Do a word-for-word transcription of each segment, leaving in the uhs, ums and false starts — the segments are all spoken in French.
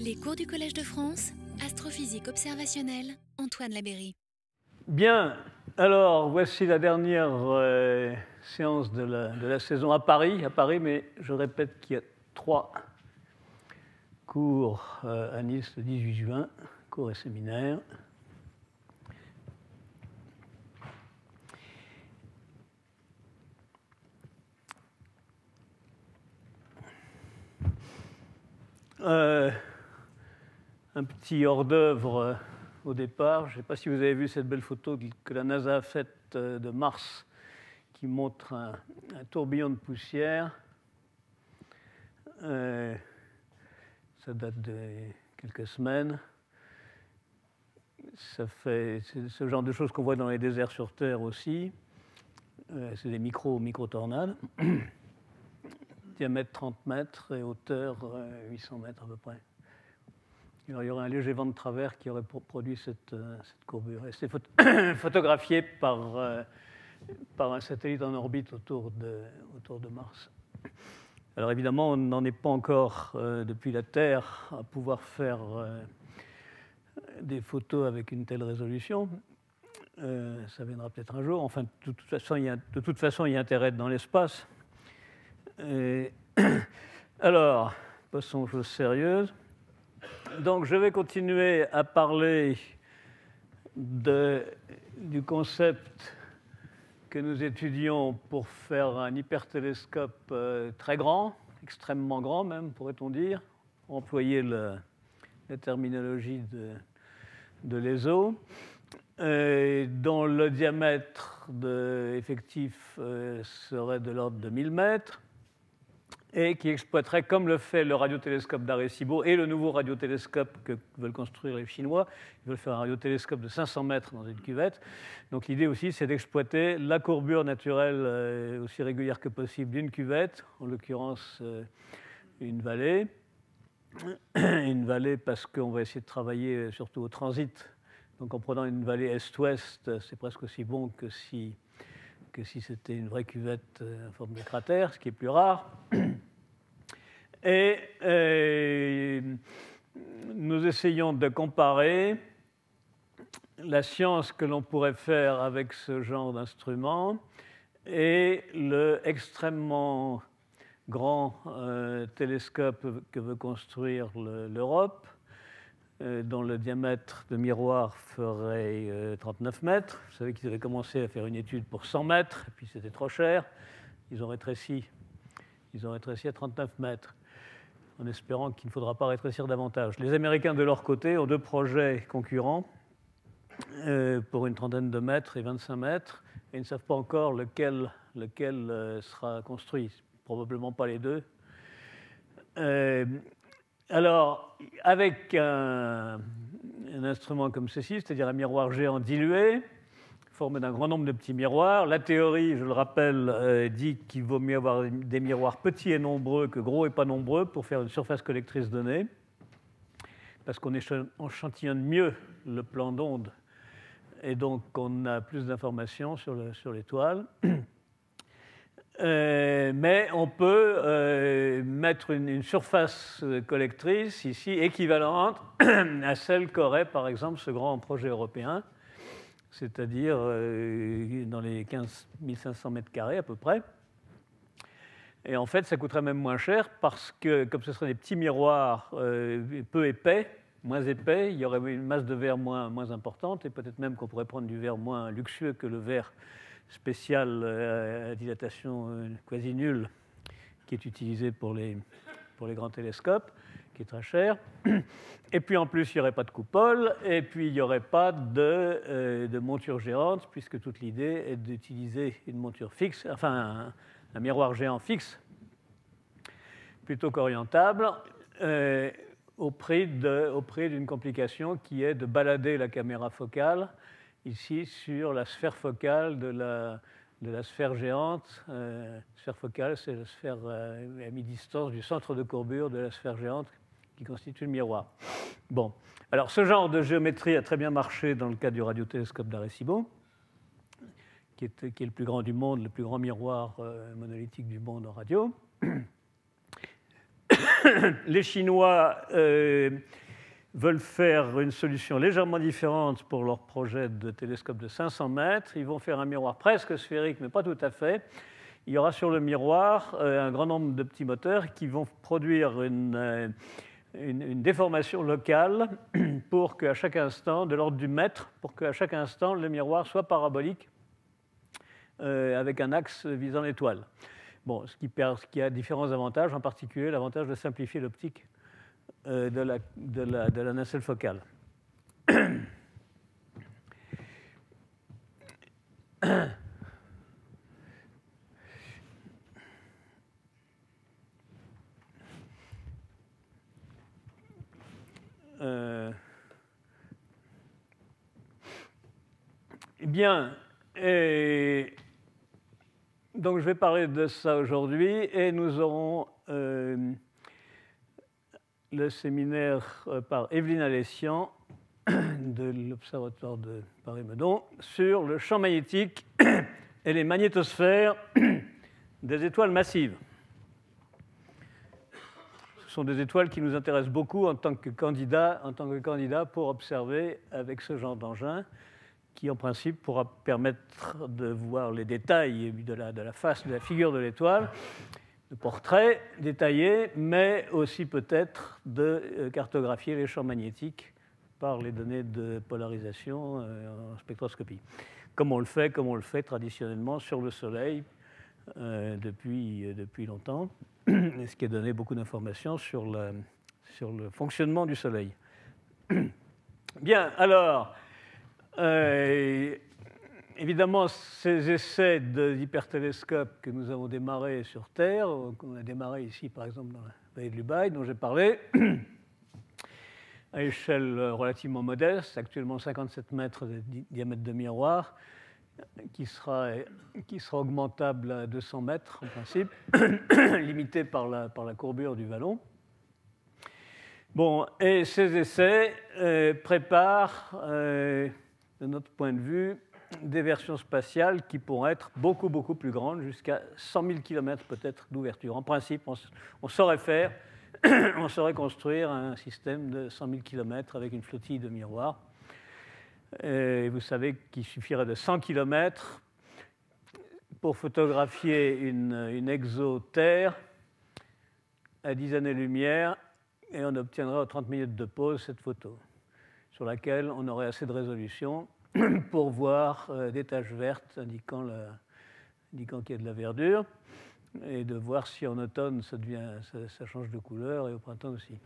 Les cours du Collège de France, astrophysique observationnelle, Antoine Labeyrie. Bien, alors voici la dernière euh, séance de la, de la saison à Paris, à Paris, mais je répète qu'il y a trois cours euh, à Nice le dix-huit juin, cours et séminaires. Euh, un petit hors-d'œuvre euh, au départ. Je ne sais pas si vous avez vu cette belle photo que la NASA a faite euh, de Mars, qui montre un, un tourbillon de poussière. Euh, ça date de quelques semaines. Ça fait, c'est ce genre de choses qu'on voit dans les déserts sur Terre aussi. Euh, c'est des micro, micro-tornades. Diamètre trente mètres et hauteur euh, huit cents mètres à peu près. Alors, il y aurait un léger vent de travers qui aurait produit cette, euh, cette courbure. Et c'est phot- photographié par, euh, par un satellite en orbite autour de, autour de Mars. Alors évidemment, on n'en est pas encore euh, depuis la Terre à pouvoir faire euh, des photos avec une telle résolution. Euh, ça viendra peut-être un jour. Enfin, de toute façon, il y a, de toute façon, il y a intérêt dans l'espace. Et alors, passons aux choses sérieuses. Donc, je vais continuer à parler de, du concept que nous étudions pour faire un hypertélescope euh, très grand, extrêmement grand même, pourrait-on dire, pour employer le, la terminologie de, de l'E S O, euh, dont le diamètre de, effectif euh, serait de l'ordre de mille mètres, et qui exploiterait, comme le fait le radiotélescope d'Arecibo et le nouveau radiotélescope que veulent construire les Chinois, ils veulent faire un radiotélescope de cinq cents mètres dans une cuvette. Donc l'idée aussi, c'est d'exploiter la courbure naturelle euh, aussi régulière que possible d'une cuvette, en l'occurrence euh, une vallée. Une vallée parce qu'on va essayer de travailler surtout au transit. Donc en prenant une vallée est-ouest, c'est presque aussi bon que si, que si c'était une vraie cuvette en forme de cratère, ce qui est plus rare. Et euh, nous essayons de comparer la science que l'on pourrait faire avec ce genre d'instrument et le extrêmement grand euh, télescope que veut construire le, l'Europe, euh, dont le diamètre de miroir ferait euh, trente-neuf mètres. Vous savez qu'ils avaient commencé à faire une étude pour cent mètres, et puis c'était trop cher. Ils ont rétréci, ils ont rétréci à trente-neuf mètres, en espérant qu'il ne faudra pas rétrécir davantage. Les Américains, de leur côté, ont deux projets concurrents euh, pour une trentaine de mètres et vingt-cinq mètres, et ils ne savent pas encore lequel, lequel euh, sera construit. Probablement pas les deux. Euh, alors, avec un, un instrument comme ceci, c'est-à-dire un miroir géant dilué, formé d'un grand nombre de petits miroirs, la théorie, je le rappelle, euh, dit qu'il vaut mieux avoir des miroirs petits et nombreux que gros et pas nombreux pour faire une surface collectrice donnée, parce qu'on échantillonne mieux le plan d'onde et donc on a plus d'informations sur, le, sur l'étoile. Euh, mais on peut euh, mettre une, une surface collectrice ici équivalente à celle qu'aurait par exemple ce grand projet européen, c'est-à-dire euh, dans les quinze mille cinq cents mètres carrés à peu près. Et en fait, ça coûterait même moins cher parce que, comme ce seraient des petits miroirs euh, peu épais, moins épais, il y aurait une masse de verre moins, moins importante, et peut-être même qu'on pourrait prendre du verre moins luxueux que le verre spécial à dilatation quasi nulle qui est utilisé pour les, pour les grands télescopes, qui est très cher. Et puis en plus, il n'y aurait pas de coupole, et puis il n'y aurait pas de, euh, de monture géante, puisque toute l'idée est d'utiliser une monture fixe, enfin un, un miroir géant fixe, plutôt qu'orientable, euh, au prix de, au prix d'une complication qui est de balader la caméra focale ici sur la sphère focale de la, de la sphère géante. Euh, sphère focale, c'est la sphère euh, à mi-distance du centre de courbure de la sphère géante qui constitue le miroir. Bon, alors ce genre de géométrie a très bien marché dans le cas du radiotélescope d'Arecibo, qui est, qui est le plus grand du monde, le plus grand miroir euh, monolithique du monde en radio. les Chinois euh, veulent faire une solution légèrement différente pour leur projet de télescope de cinq cents mètres. Ils vont faire un miroir presque sphérique, mais pas tout à fait. Il y aura sur le miroir euh, un grand nombre de petits moteurs qui vont produire une, euh, une, une déformation locale pour qu'à chaque instant, de l'ordre du mètre, pour qu'à chaque instant, le miroir soit parabolique euh, avec un axe visant l'étoile. Bon, ce qui, perd, ce qui a différents avantages, en particulier l'avantage de simplifier l'optique euh, de, la, de, la, de la nacelle focale. Euh, eh bien, et donc je vais parler de ça aujourd'hui et nous aurons euh, le séminaire euh, par Evelyne Alessian de l'Observatoire de Paris-Meudon sur le champ magnétique et les magnétosphères des étoiles massives. Ce sont des étoiles qui nous intéressent beaucoup en tant que candidats, en tant que candidats pour observer avec ce genre d'engin qui, en principe, pourra permettre de voir les détails de la, de la face, de la figure de l'étoile, de portraits détaillés, mais aussi peut-être de cartographier les champs magnétiques par les données de polarisation en spectroscopie, comme on le fait, comme on le fait traditionnellement sur le Soleil euh, depuis, depuis longtemps, ce qui a donné beaucoup d'informations sur, sur le fonctionnement du Soleil. Bien, alors, euh, évidemment, ces essais d'hypertélescope que nous avons démarrés sur Terre, qu'on a démarré ici, par exemple, dans la vallée de l'Ubaye, dont j'ai parlé, à échelle relativement modeste, actuellement cinquante-sept mètres de diamètre de miroir, qui sera, qui sera augmentable à deux cents mètres en principe, limité par la, par la courbure du vallon. Bon, et ces essais euh, préparent, euh, de notre point de vue, des versions spatiales qui pourront être beaucoup, beaucoup plus grandes, jusqu'à cent mille kilomètres peut-être d'ouverture. En principe, on, on saurait faire, on saurait construire un système de cent mille kilomètres avec une flottille de miroirs. Et vous savez qu'il suffirait de cent kilomètres pour photographier une, une exo-Terre à dix années-lumière, et on obtiendrait aux trente minutes de pause cette photo, sur laquelle on aurait assez de résolution pour voir euh, des taches vertes indiquant, la, indiquant qu'il y a de la verdure, et de voir si en automne ça, devient, ça, ça change de couleur, et au printemps aussi.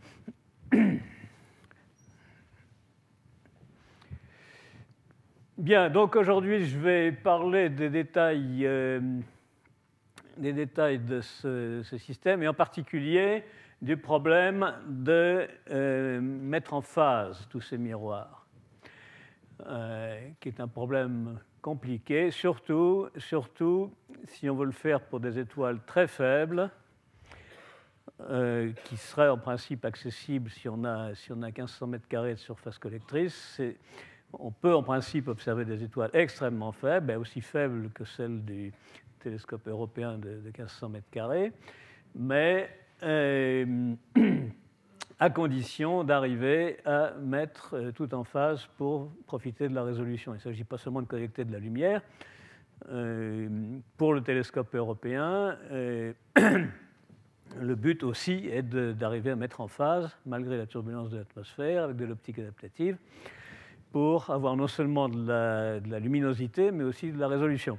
Bien, donc aujourd'hui, je vais parler des détails, euh, des détails de ce, ce système, et en particulier du problème de euh, mettre en phase tous ces miroirs, euh, qui est un problème compliqué, surtout, surtout si on veut le faire pour des étoiles très faibles, euh, qui seraient en principe accessibles si on a, si on a quinze cents mètres carrés de surface collectrice. C'est, on peut en principe observer des étoiles extrêmement faibles, aussi faibles que celles du télescope européen de, de mille cinq cents mètres carrés, mais euh, à condition d'arriver à mettre euh, tout en phase pour profiter de la résolution. Il ne s'agit pas seulement de collecter de la lumière. Euh, pour le télescope européen, euh, le but aussi est de, d'arriver à mettre en phase, malgré la turbulence de l'atmosphère, avec de l'optique adaptative, pour avoir non seulement de la, de la luminosité, mais aussi de la résolution.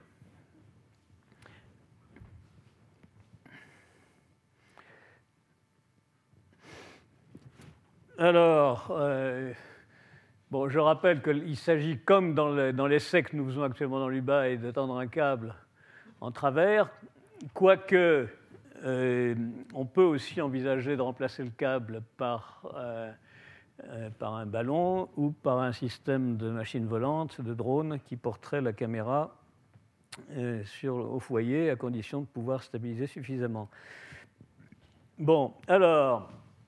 Alors, euh, bon, je rappelle qu'il s'agit, comme dans, le, dans l'essai que nous faisons actuellement dans l'Ubaye, de tendre un câble en travers, quoique euh, on peut aussi envisager de remplacer le câble par... Euh, Euh, par un ballon ou par un système de machine volante, de drone, qui porterait la caméra euh, sur, au foyer à condition de pouvoir stabiliser suffisamment. Bon, alors,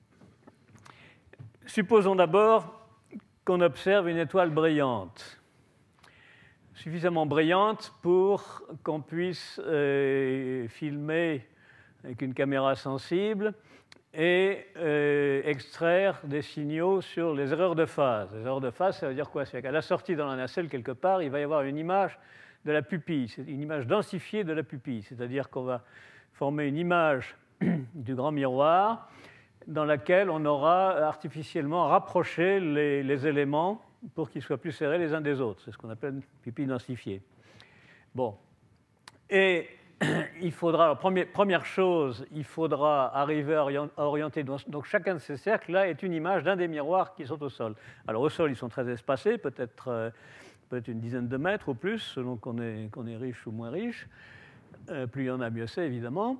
supposons d'abord qu'on observe une étoile brillante, suffisamment brillante pour qu'on puisse euh, filmer avec une caméra sensible et euh, extraire des signaux sur les erreurs de phase. Les erreurs de phase, ça veut dire quoi? C'est qu'à la sortie dans la nacelle, quelque part, il va y avoir une image de la pupille, c'est une image densifiée de la pupille, c'est-à-dire qu'on va former une image du grand miroir dans laquelle on aura artificiellement rapproché les, les éléments pour qu'ils soient plus serrés les uns des autres. C'est ce qu'on appelle une pupille densifiée. Bon. Et il faudra, première, première chose, il faudra arriver à orienter. Donc chacun de ces cercles-là est une image d'un des miroirs qui sont au sol. Alors au sol, ils sont très espacés, peut-être euh, peut-être une dizaine de mètres ou plus, selon qu'on est, qu'on est riche ou moins riche. Euh, plus il y en a, mieux c'est, évidemment.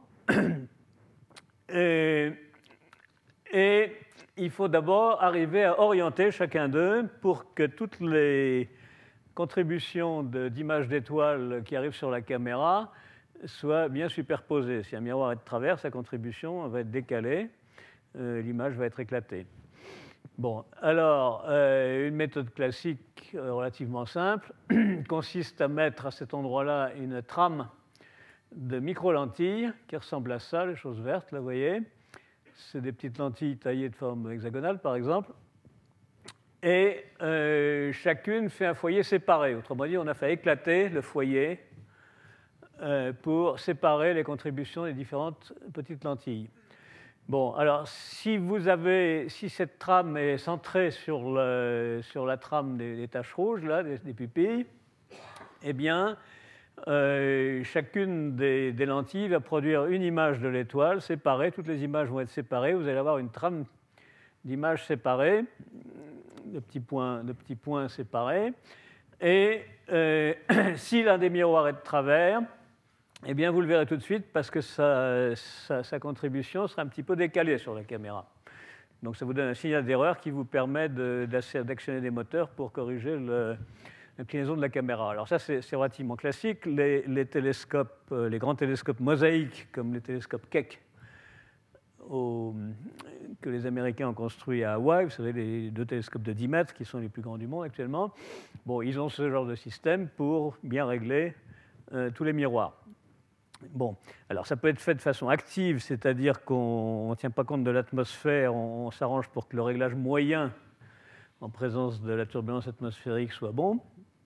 Et, et il faut d'abord arriver à orienter chacun d'eux pour que toutes les contributions d'images d'étoiles qui arrivent sur la caméra soient bien superposées. Si un miroir est de travers, sa contribution va être décalée, euh, l'image va être éclatée. Bon, alors, euh, une méthode classique euh, relativement simple consiste à mettre à cet endroit-là une trame de micro-lentilles qui ressemble à ça, les choses vertes, là, vous voyez. C'est des petites lentilles taillées de forme hexagonale, par exemple. Et euh, chacune fait un foyer séparé. Autrement dit, on a fait éclater le foyer euh, pour séparer les contributions des différentes petites lentilles. Bon, alors, si, vous avez, si cette trame est centrée sur, le, sur la trame des, des taches rouges, là, des, des pupilles, eh bien, euh, chacune des, des lentilles va produire une image de l'étoile séparée. Toutes les images vont être séparées. Vous allez avoir une trame d'images séparées, de petits points, de petits points séparés. Et euh, si l'un des miroirs est de travers, eh bien, vous le verrez tout de suite parce que sa, sa, sa contribution sera un petit peu décalée sur la caméra. Donc, ça vous donne un signal d'erreur qui vous permet d'actionner des moteurs pour corriger l'inclinaison de la caméra. Alors ça, c'est relativement classique. Les, les télescopes, les grands télescopes mosaïques, comme les télescopes Keck, au, que les Américains ont construit à Hawaï, vous savez, les deux télescopes de dix mètres qui sont les plus grands du monde actuellement, bon, ils ont ce genre de système pour bien régler euh, tous les miroirs. Bon, alors ça peut être fait de façon active, c'est-à-dire qu'on ne tient pas compte de l'atmosphère, on, on s'arrange pour que le réglage moyen en présence de la turbulence atmosphérique soit bon.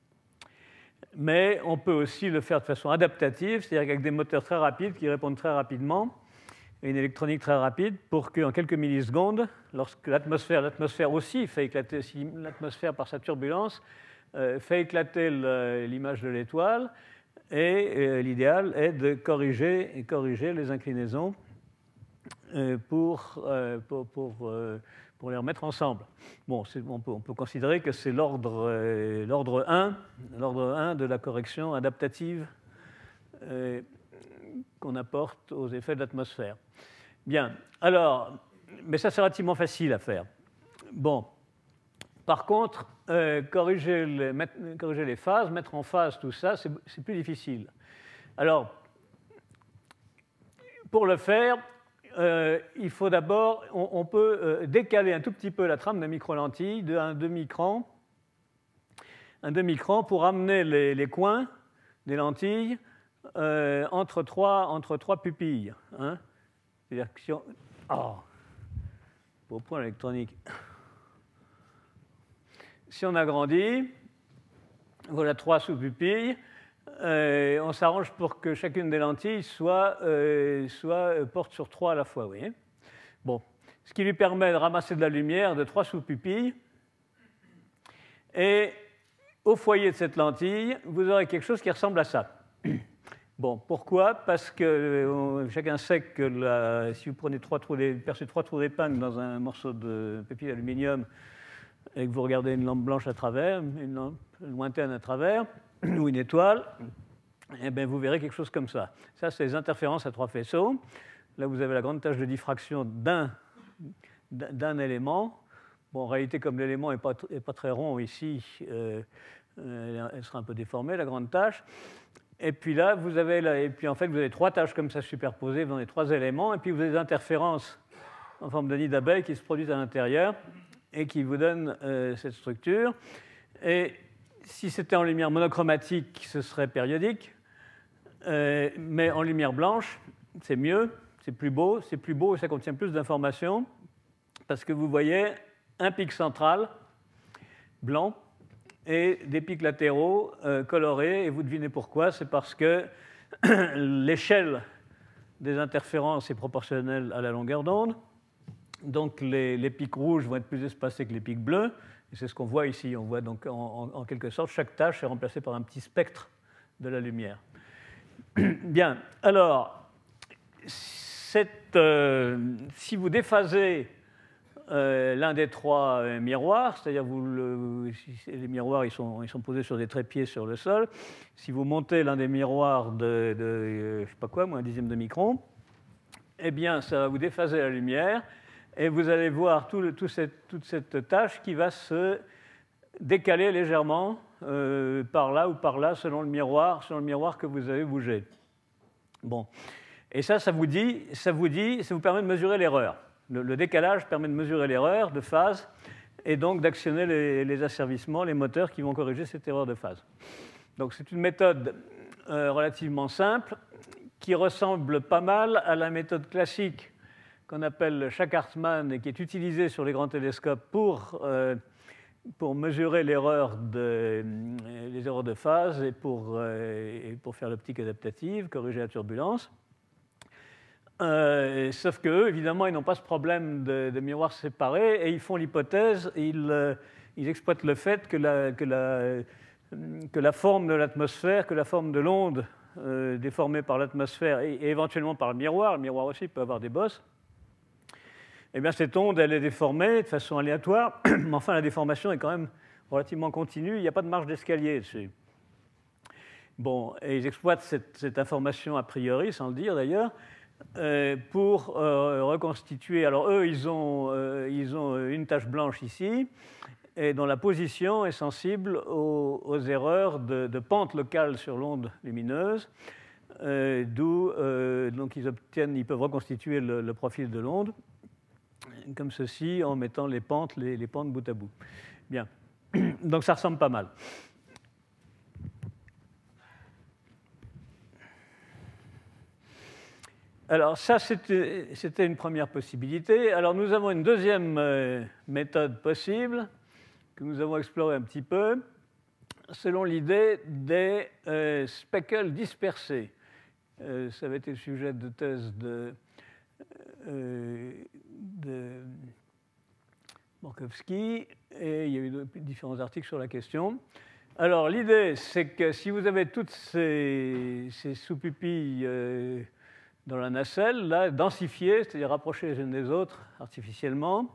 Mais on peut aussi le faire de façon adaptative, c'est-à-dire qu'avec des moteurs très rapides qui répondent très rapidement, et une électronique très rapide, pour qu'en quelques millisecondes, lorsque l'atmosphère, l'atmosphère aussi fait éclater, si l'atmosphère par sa turbulence euh, fait éclater l'image de l'étoile, et euh, l'idéal est de corriger, et corriger les inclinaisons euh, pour, euh, pour, pour, euh, pour les remettre ensemble. Bon, on peut, on peut considérer que c'est l'ordre euh, l'ordre un, l'ordre un de la correction adaptative euh, qu'on apporte aux effets de l'atmosphère. Bien, alors, mais ça c'est relativement facile à faire. Bon, par contre, euh, corriger, les, mettre, corriger les phases, mettre en phase tout ça, c'est plus difficile. Alors, pour le faire, euh, il faut d'abord, on, on peut euh, décaler un tout petit peu la trame de micro-lentille de un demi-cran, un demi-cran pour amener les, les coins des lentilles euh, entre, trois, entre trois pupilles. Hein. C'est-à-dire que si on... Oh, beau point électronique. Si on agrandit, voilà trois sous-pupilles, euh, on s'arrange pour que chacune des lentilles soit, euh, soit euh, porte sur trois à la fois. Vous voyez. Bon, ce qui lui permet de ramasser de la lumière de trois sous-pupilles. Et au foyer de cette lentille, vous aurez quelque chose qui ressemble à ça. Bon, pourquoi? Parce que euh, chacun sait que la, si vous prenez trois trous, percez trois trous d'épingle dans un morceau de pupille d'aluminium, et que vous regardez une lampe blanche à travers, une lampe lointaine à travers, ou une étoile, eh bien, vous verrez quelque chose comme ça. Ça, c'est les interférences à trois faisceaux. Là, vous avez la grande tâche de diffraction d'un d'un élément. Bon, en réalité, comme l'élément n'est pas, pas très rond ici, euh, elle sera un peu déformée, la grande tâche. Et puis là, vous avez, là, et puis en fait, vous avez trois tâches comme ça superposées dans les trois éléments, et puis vous avez des interférences en forme de nid d'abeille qui se produisent à l'intérieur, et qui vous donne euh, cette structure. Et si c'était en lumière monochromatique, ce serait périodique, euh, mais en lumière blanche, c'est mieux, c'est plus beau, c'est plus beau et ça contient plus d'informations, parce que vous voyez un pic central, blanc, et des pics latéraux euh, colorés, et vous devinez pourquoi, c'est parce que l'échelle des interférences est proportionnelle à la longueur d'onde, donc les, les pics rouges vont être plus espacés que les pics bleus, et c'est ce qu'on voit ici. On voit donc en, en, en quelque sorte chaque tache est remplacée par un petit spectre de la lumière. Bien, alors, cette, euh, si vous déphasez euh, l'un des trois euh, miroirs, c'est-à-dire vous le, les miroirs ils sont, ils sont posés sur des trépieds sur le sol, si vous montez l'un des miroirs de, de euh, je sais pas quoi, moi, un dixième de micron, eh bien, ça va vous déphaser la lumière, et vous allez voir tout le, tout cette, toute cette tache qui va se décaler légèrement euh, par là ou par là selon le miroir, selon le miroir que vous avez bougé. Bon, et ça, ça vous dit, ça vous dit, ça vous permet de mesurer l'erreur. Le, le décalage permet de mesurer l'erreur de phase et donc d'actionner les, les asservissements, les moteurs qui vont corriger cette erreur de phase. Donc c'est une méthode euh, relativement simple qui ressemble pas mal à la méthode classique qu'on appelle Shak-Hartman et qui est utilisée sur les grands télescopes pour euh, pour mesurer l'erreur de, les erreurs de phase et pour, euh, et pour faire l'optique adaptative, corriger la turbulence. Euh, sauf qu'eux, évidemment, ils n'ont pas ce problème de, de miroirs séparés et ils font l'hypothèse, ils, euh, ils exploitent le fait que la, que la, que la forme de l'atmosphère, que la forme de l'onde euh, déformée par l'atmosphère et, et éventuellement par le miroir, le miroir aussi peut avoir des bosses, eh bien, cette onde, elle est déformée de façon aléatoire, mais enfin, la déformation est quand même relativement continue, il n'y a pas de marge d'escalier dessus. Bon, et ils exploitent cette, cette information a priori, sans le dire d'ailleurs, euh, pour euh, reconstituer. Alors, eux, ils ont, euh, ils ont une tache blanche ici, et dont la position est sensible aux, aux erreurs de, de pente locale sur l'onde lumineuse, euh, d'où euh, donc ils obtiennent, ils peuvent reconstituer le, le profil de l'onde comme ceci, en mettant les pentes, les, les pentes bout à bout. Bien. Donc ça ressemble pas mal. Alors ça, c'était, c'était une première possibilité. Alors nous avons une deuxième euh, méthode possible que nous avons explorée un petit peu, selon l'idée des euh, speckles dispersés. Euh, ça avait été le sujet de thèse de... Euh, de Borkowski, et il y a eu différents articles sur la question. Alors, l'idée, c'est que si vous avez toutes ces, ces sous-pupilles euh, dans la nacelle, là, densifiées, c'est-à-dire rapprochées les unes des autres artificiellement,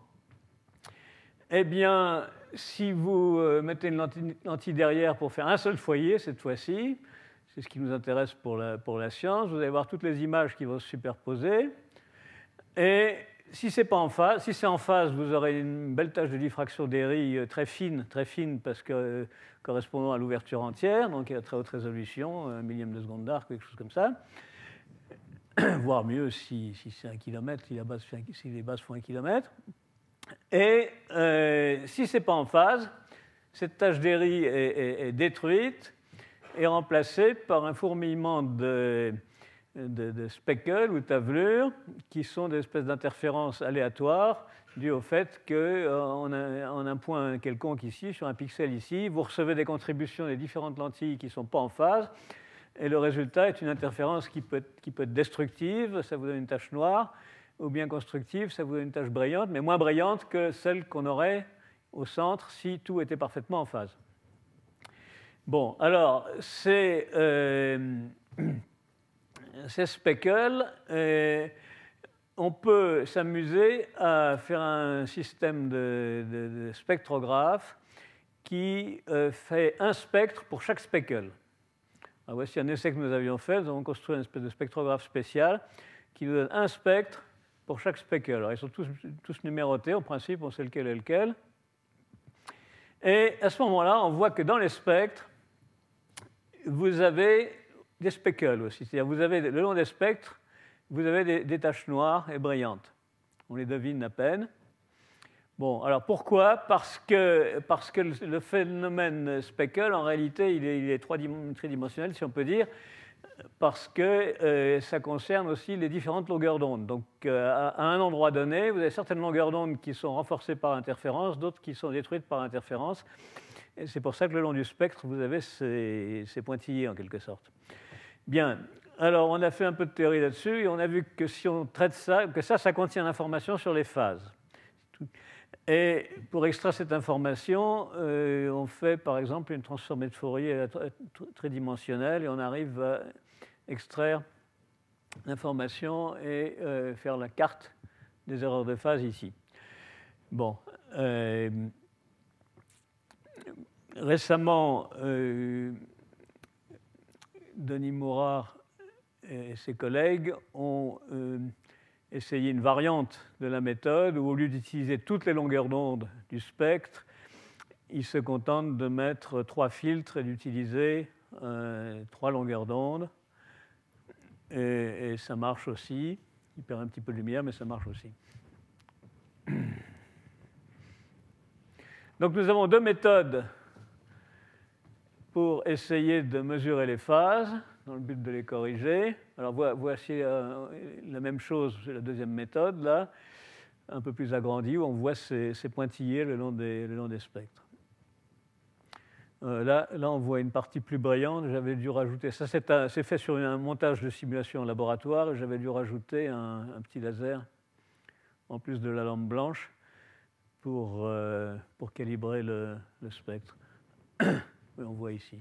eh bien, si vous euh, mettez une lentille, lentille derrière pour faire un seul foyer, cette fois-ci, c'est ce qui nous intéresse pour la, pour la science, vous allez voir toutes les images qui vont se superposer, et si c'est pas en phase, si c'est en phase, vous aurez une belle tache de diffraction des rayes très fine, très fine parce que euh, correspondant à l'ouverture entière, donc à très haute résolution, un millième de seconde d'arc, quelque chose comme ça. Voire mieux si, si c'est un kilomètre, si, la base fait un, si les bases font un kilomètre. Et euh, si c'est pas en phase, cette tache des rayes est, est, est détruite et remplacée par un fourmillement de De, de speckles ou tavelures qui sont des espèces d'interférences aléatoires dues au fait qu'en euh, un, un point quelconque ici, sur un pixel ici, vous recevez des contributions des différentes lentilles qui ne sont pas en phase, et le résultat est une interférence qui peut, être, qui peut être destructive, ça vous donne une tache noire, ou bien constructive, ça vous donne une tache brillante, mais moins brillante que celle qu'on aurait au centre si tout était parfaitement en phase. Bon, alors, c'est... Euh, ces speckles, euh, on peut s'amuser à faire un système de, de, de spectrographe qui euh, fait un spectre pour chaque speckle. Alors voici un essai que nous avions fait. Nous avons construit une espèce de spectrographe spécial qui nous donne un spectre pour chaque speckle. Alors ils sont tous, tous numérotés, en principe, on sait lequel est lequel. Et à ce moment-là, on voit que dans les spectres, vous avez des speckles aussi. C'est-à-dire vous avez, le long des spectres, vous avez des, des taches noires et brillantes. On les devine à peine. Bon, alors pourquoi ? Parce que, parce que le phénomène speckle, en réalité, il est, il est tridimensionnel, si on peut dire. parce que euh, ça concerne aussi les différentes longueurs d'onde. Donc, euh, à, à un endroit donné, vous avez certaines longueurs d'onde qui sont renforcées par interférence, d'autres qui sont détruites par interférence. Et c'est pour ça que le long du spectre, vous avez ces, ces pointillés, en quelque sorte. Bien, alors on a fait un peu de théorie là-dessus, et on a vu que si on traite ça, que ça, ça contient l'information sur les phases. Et pour extraire cette information, euh, on fait par exemple une transformée de Fourier tridimensionnelle, et on arrive à extraire l'information et euh, faire la carte des erreurs de phase ici. Bon. Euh, récemment, euh, Denis Mourard et ses collègues ont euh, essayé une variante de la méthode où, au lieu d'utiliser toutes les longueurs d'onde du spectre, ils se contentent de mettre trois filtres et d'utiliser euh, trois longueurs d'onde. Et, et ça marche aussi. Il perd un petit peu de lumière, mais ça marche aussi. Donc nous avons deux méthodes pour essayer de mesurer les phases, dans le but de les corriger. Alors voici euh, la même chose, c'est la deuxième méthode, là, un peu plus agrandie, où on voit ces, ces pointillés le long des, le long des spectres. Euh, là, là, on voit une partie plus brillante. J'avais dû rajouter, ça c'est fait sur un montage de simulation en laboratoire, et j'avais dû rajouter un, un petit laser, en plus de la lampe blanche, pour, euh, pour calibrer le, le spectre. On voit ici.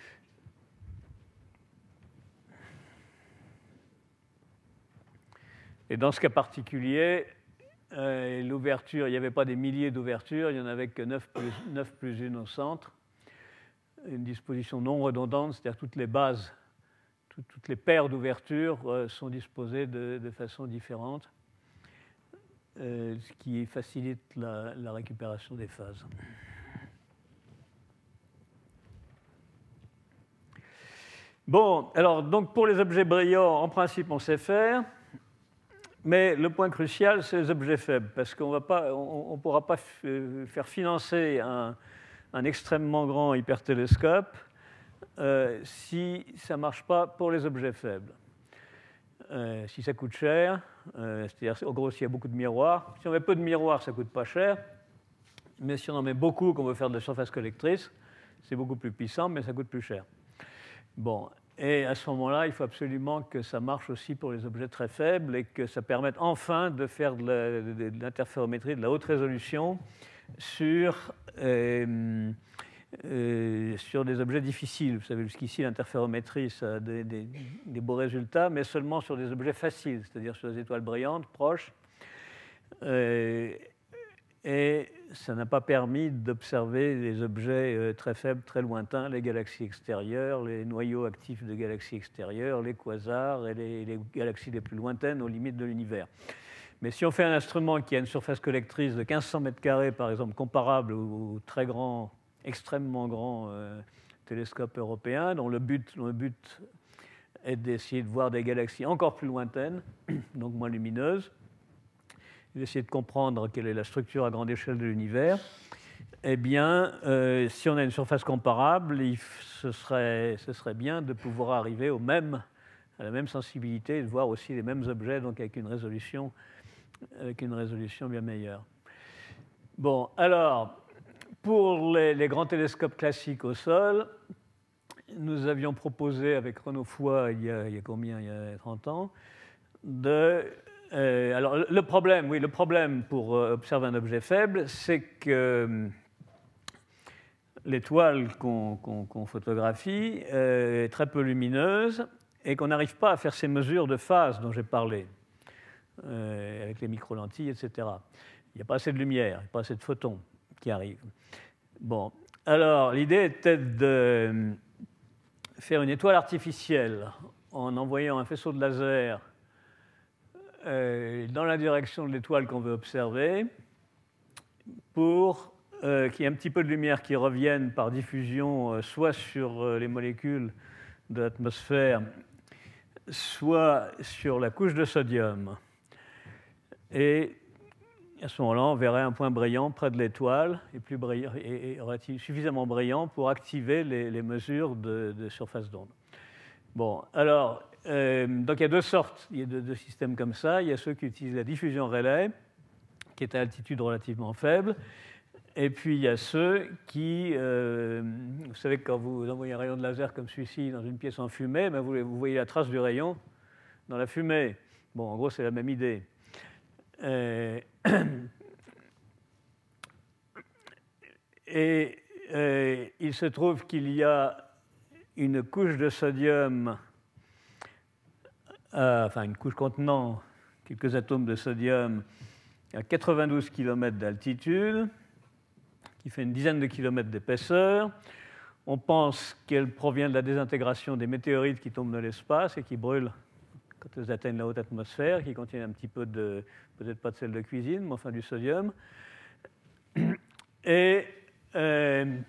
Et dans ce cas particulier, euh, l'ouverture, il n'y avait pas des milliers d'ouvertures, il n'y en avait que neuf plus, neuf plus une au centre. Une disposition non redondante, c'est-à-dire toutes les bases, tout, toutes les paires d'ouvertures euh, sont disposées de, de façon différente, euh, ce qui facilite la, la récupération des phases. Bon, alors donc pour les objets brillants, en principe, on sait faire. Mais le point crucial, c'est les objets faibles, parce qu'on ne pourra pas faire financer un, un extrêmement grand hypertélescope euh, si ça ne marche pas pour les objets faibles. Euh, si ça coûte cher, euh, c'est-à-dire en gros s'il y a beaucoup de miroirs, si on met peu de miroirs, ça ne coûte pas cher, mais si on en met beaucoup, qu'on veut faire de la surface collectrice, c'est beaucoup plus puissant, mais ça coûte plus cher. Bon. Et à ce moment-là, il faut absolument que ça marche aussi pour les objets très faibles et que ça permette enfin de faire de l'interférométrie de la haute résolution sur, euh, euh, sur des objets difficiles. Vous savez, jusqu'ici, l'interférométrie, ça a des, des, des beaux résultats, mais seulement sur des objets faciles, c'est-à-dire sur des étoiles brillantes, proches. Euh, et ça n'a pas permis d'observer les objets très faibles, très lointains, les galaxies extérieures, les noyaux actifs de galaxies extérieures, les quasars et les, les galaxies les plus lointaines aux limites de l'univers. Mais si on fait un instrument qui a une surface collectrice de quinze cents mètres carrés, par exemple, comparable au très grand, extrêmement grand euh, télescope européen, dont le but, dont le but est d'essayer de voir des galaxies encore plus lointaines, donc moins lumineuses, d'essayer de comprendre quelle est la structure à grande échelle de l'univers, eh bien, euh, si on a une surface comparable, il, ce, serait, ce serait bien de pouvoir arriver au même, à la même sensibilité et de voir aussi les mêmes objets, donc avec une résolution, avec une résolution bien meilleure. Bon, alors, pour les, les grands télescopes classiques au sol, nous avions proposé avec Renaud Foy, il y a, il y a combien, il y a trente ans, de... Euh, alors, le problème, oui, le problème pour euh, observer un objet faible, c'est que euh, l'étoile qu'on qu'on, qu'on photographie euh, est très peu lumineuse et qu'on n'arrive pas à faire ces mesures de phase dont j'ai parlé, euh, avec les micro-lentilles, et cetera. Il n'y a pas assez de lumière, il n'y a pas assez de photons qui arrivent. Bon, alors, l'idée était de faire une étoile artificielle en envoyant un faisceau de laser dans la direction de l'étoile qu'on veut observer, pour euh, qu'il y ait un petit peu de lumière qui revienne par diffusion, euh, soit sur euh, les molécules de l'atmosphère, soit sur la couche de sodium. Et à ce moment-là, on verrait un point brillant près de l'étoile, et, plus brillant, et, et suffisamment brillant pour activer les, les mesures de, de surface d'onde. Bon, alors, euh, donc il y a deux sortes il y a deux, deux systèmes comme ça. Il y a ceux qui utilisent la diffusion Rayleigh, qui est à altitude relativement faible. Et puis il y a ceux qui, euh, vous savez que quand vous envoyez un rayon de laser comme celui-ci dans une pièce en fumée, ben vous, vous voyez la trace du rayon dans la fumée. Bon, en gros, c'est la même idée. Euh, et euh, il se trouve qu'il y a une couche de sodium, euh, enfin une couche contenant quelques atomes de sodium à quatre-vingt-douze kilomètres d'altitude, qui fait une dizaine de kilomètres d'épaisseur. On pense qu'elle provient de la désintégration des météorites qui tombent dans l'espace et qui brûlent quand elles atteignent la haute atmosphère, qui contiennent un petit peu de, peut-être pas de sel de cuisine, mais enfin du sodium. Et euh,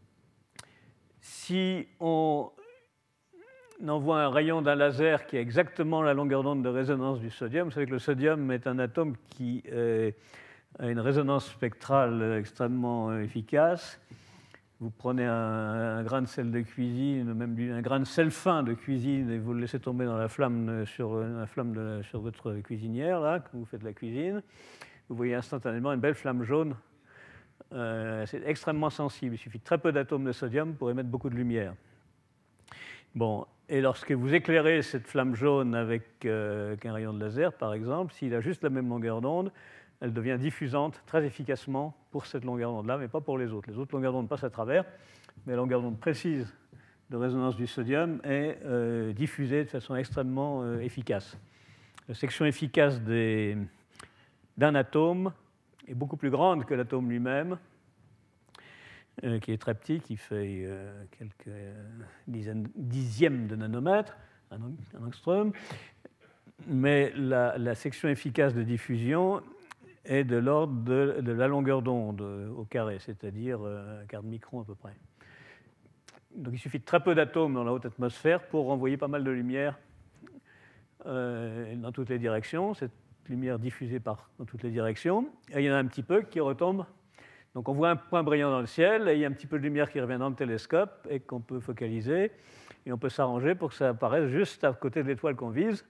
si on envoie un rayon d'un laser qui a exactement la longueur d'onde de résonance du sodium, vous savez que le sodium est un atome qui euh, a une résonance spectrale extrêmement efficace. Vous prenez un, un grain de sel de cuisine, même un grain de sel fin de cuisine, et vous le laissez tomber dans la flamme sur, la flamme de la, sur votre cuisinière, là, quand vous faites la cuisine. Vous voyez instantanément une belle flamme jaune. Euh, c'est extrêmement sensible. Il suffit de très peu d'atomes de sodium pour émettre beaucoup de lumière. Bon, et lorsque vous éclairez cette flamme jaune avec, euh, avec un rayon de laser, par exemple, s'il a juste la même longueur d'onde, elle devient diffusante très efficacement pour cette longueur d'onde-là, mais pas pour les autres. Les autres longueurs d'onde passent à travers, mais la longueur d'onde précise de résonance du sodium est euh, diffusée de façon extrêmement euh, efficace. La section efficace des, d'un atome est beaucoup plus grande que l'atome lui-même, euh, qui est très petit, qui fait euh, quelques euh, dizaines, dixièmes de nanomètres, un, un angstrom, mais la, la section efficace de diffusion est de l'ordre de, de la longueur d'onde au carré, c'est-à-dire un quart de micron à peu près. Donc il suffit de très peu d'atomes dans la haute atmosphère pour renvoyer pas mal de lumière euh, dans toutes les directions. Cette lumière diffusée par, dans toutes les directions. Et il y en a un petit peu qui retombe. Donc on voit un point brillant dans le ciel, et il y a un petit peu de lumière qui revient dans le télescope et qu'on peut focaliser. Et on peut s'arranger pour que ça apparaisse juste à côté de l'étoile qu'on vise.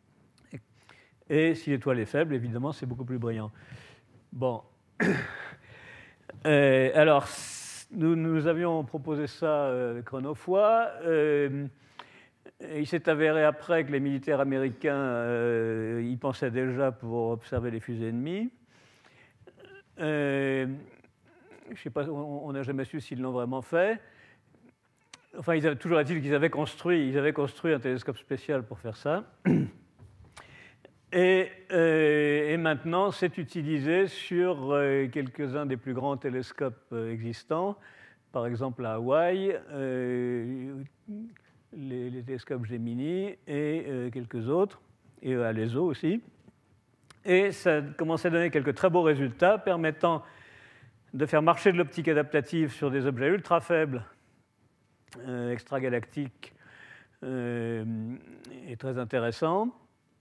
Et si l'étoile est faible, évidemment, c'est beaucoup plus brillant. Bon. Euh, alors, nous, nous avions proposé ça euh, chronophore. Euh, il s'est avéré après que les militaires américains euh, y pensaient déjà pour observer les fusées ennemies. Euh, je ne sais pas, on n'a jamais su s'ils l'ont vraiment fait. Enfin, ils avaient, toujours est-il qu'ils avaient construit, ils avaient construit un télescope spécial pour faire ça. Et, euh, et maintenant, c'est utilisé sur euh, quelques-uns des plus grands télescopes euh, existants, par exemple à Hawaï, euh, les, les télescopes Gemini et euh, quelques autres, et à l'E S O aussi. Et ça commence à donner quelques très beaux résultats permettant de faire marcher de l'optique adaptative sur des objets ultra faibles, euh, extragalactiques, euh, et très intéressants.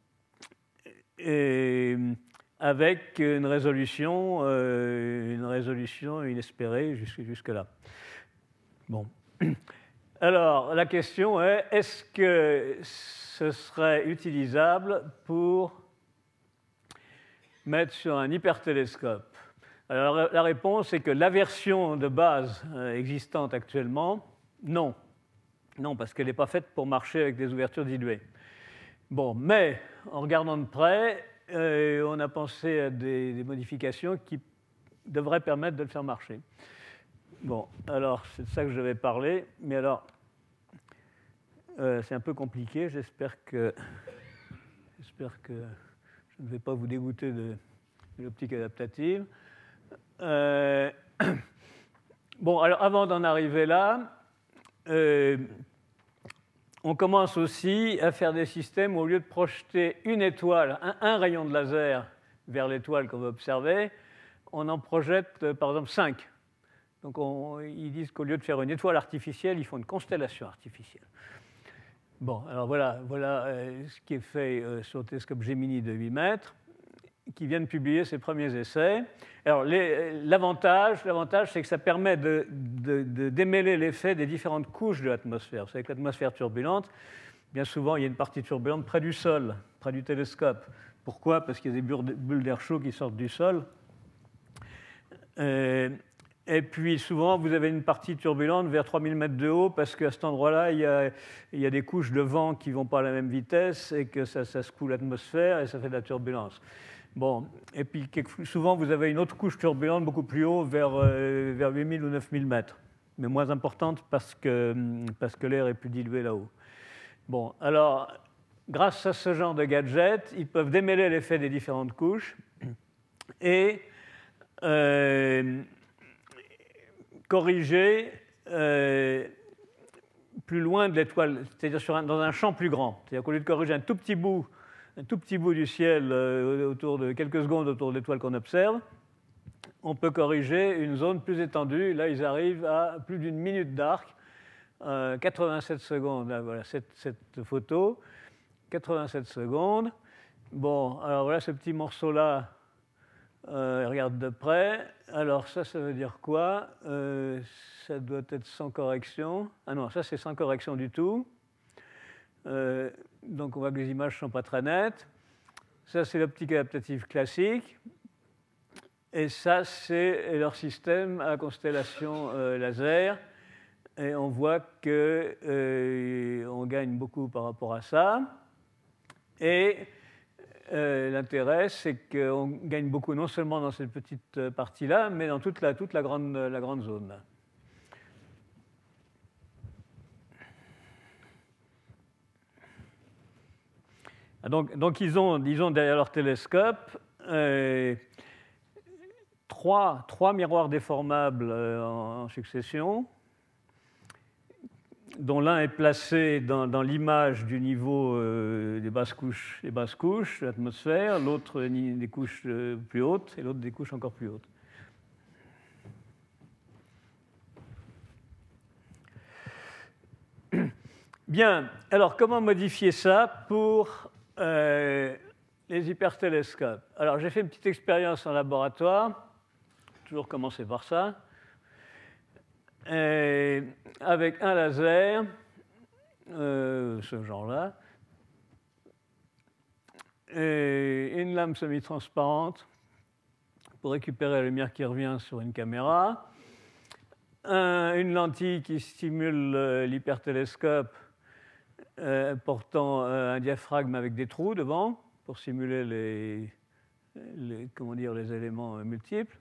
Et avec une résolution, euh, une résolution inespérée jusque, jusque-là. Bon. Alors, la question est, est-ce que ce serait utilisable pour mettre sur un hypertélescope? Alors, la réponse est que la version de base existante actuellement, non. Non, parce qu'elle n'est pas faite pour marcher avec des ouvertures diluées. Bon, mais en regardant de près, euh, on a pensé à des, des modifications qui devraient permettre de le faire marcher. Bon, alors c'est de ça que je vais parler, mais alors euh, c'est un peu compliqué. J'espère que, j'espère que je ne vais pas vous dégoûter de, de l'optique adaptative. Euh, bon, alors avant d'en arriver là, euh, on commence aussi à faire des systèmes où, au lieu de projeter une étoile, un, un rayon de laser vers l'étoile qu'on veut observer, on en projette par exemple cinq. Donc on, ils disent qu'au lieu de faire une étoile artificielle, ils font une constellation artificielle. Bon, alors voilà, voilà euh, ce qui est fait euh, sur le télescope Gemini de huit mètres, qui vient de publier ses premiers essais. Alors les, l'avantage, l'avantage, c'est que ça permet de, de, de démêler l'effet des différentes couches de l'atmosphère. Vous savez que l'atmosphère turbulente, bien souvent, il y a une partie turbulente près du sol, près du télescope. Pourquoi? Parce qu'il y a des bulles d'air chaud qui sortent du sol. Euh, et puis, souvent, vous avez une partie turbulente vers trois mille mètres de haut, parce qu'à cet endroit-là, il y a, il y a des couches de vent qui ne vont pas à la même vitesse, et que ça, ça secoue l'atmosphère, et ça fait de la turbulence. Bon, et puis, souvent, vous avez une autre couche turbulente beaucoup plus haut, vers, euh, vers huit mille ou neuf mille mètres, mais moins importante parce que, parce que l'air est plus dilué là-haut. Bon, alors, grâce à ce genre de gadgets, ils peuvent démêler l'effet des différentes couches et euh, corriger euh, plus loin de l'étoile, c'est-à-dire sur un, dans un champ plus grand. C'est-à-dire qu'au lieu de corriger un tout petit bout, un tout petit bout du ciel euh, autour de quelques secondes autour de l'étoile qu'on observe, on peut corriger une zone plus étendue. Là, ils arrivent à plus d'une minute d'arc, euh, quatre-vingt-sept secondes. Là, voilà cette, cette photo, quatre-vingt-sept secondes. Bon, alors voilà ce petit morceau-là. Euh, regarde de près. Alors ça, ça veut dire quoi? euh, Ça doit être sans correction. Ah non, ça c'est sans correction du tout. Euh, donc on voit que les images ne sont pas très nettes. Ça c'est l'optique adaptative classique. Et ça c'est leur système à constellation euh, laser. Et on voit qu'on euh, gagne beaucoup par rapport à ça. Et Euh, l'intérêt, c'est qu'on gagne beaucoup non seulement dans cette petite partie-là, mais dans toute la, toute la, grande, la grande zone. Là. Donc, donc ils, ont, ils ont derrière leur télescope euh, trois, trois miroirs déformables euh, en, en succession, dont l'un est placé dans, dans l'image du niveau euh, des basses couches, des basses couches de l'atmosphère, l'autre des couches euh, plus hautes, et l'autre des couches encore plus hautes. Bien, alors comment modifier ça pour euh, les hypertélescopes? Alors j'ai fait une petite expérience en laboratoire, toujours commencer par ça. Et avec un laser, euh, ce genre-là, et une lame semi-transparente pour récupérer la lumière qui revient sur une caméra, un, une lentille qui stimule euh, l'hypertélescope euh, portant euh, un diaphragme avec des trous devant pour simuler les, les, comment dire, les éléments euh, multiples.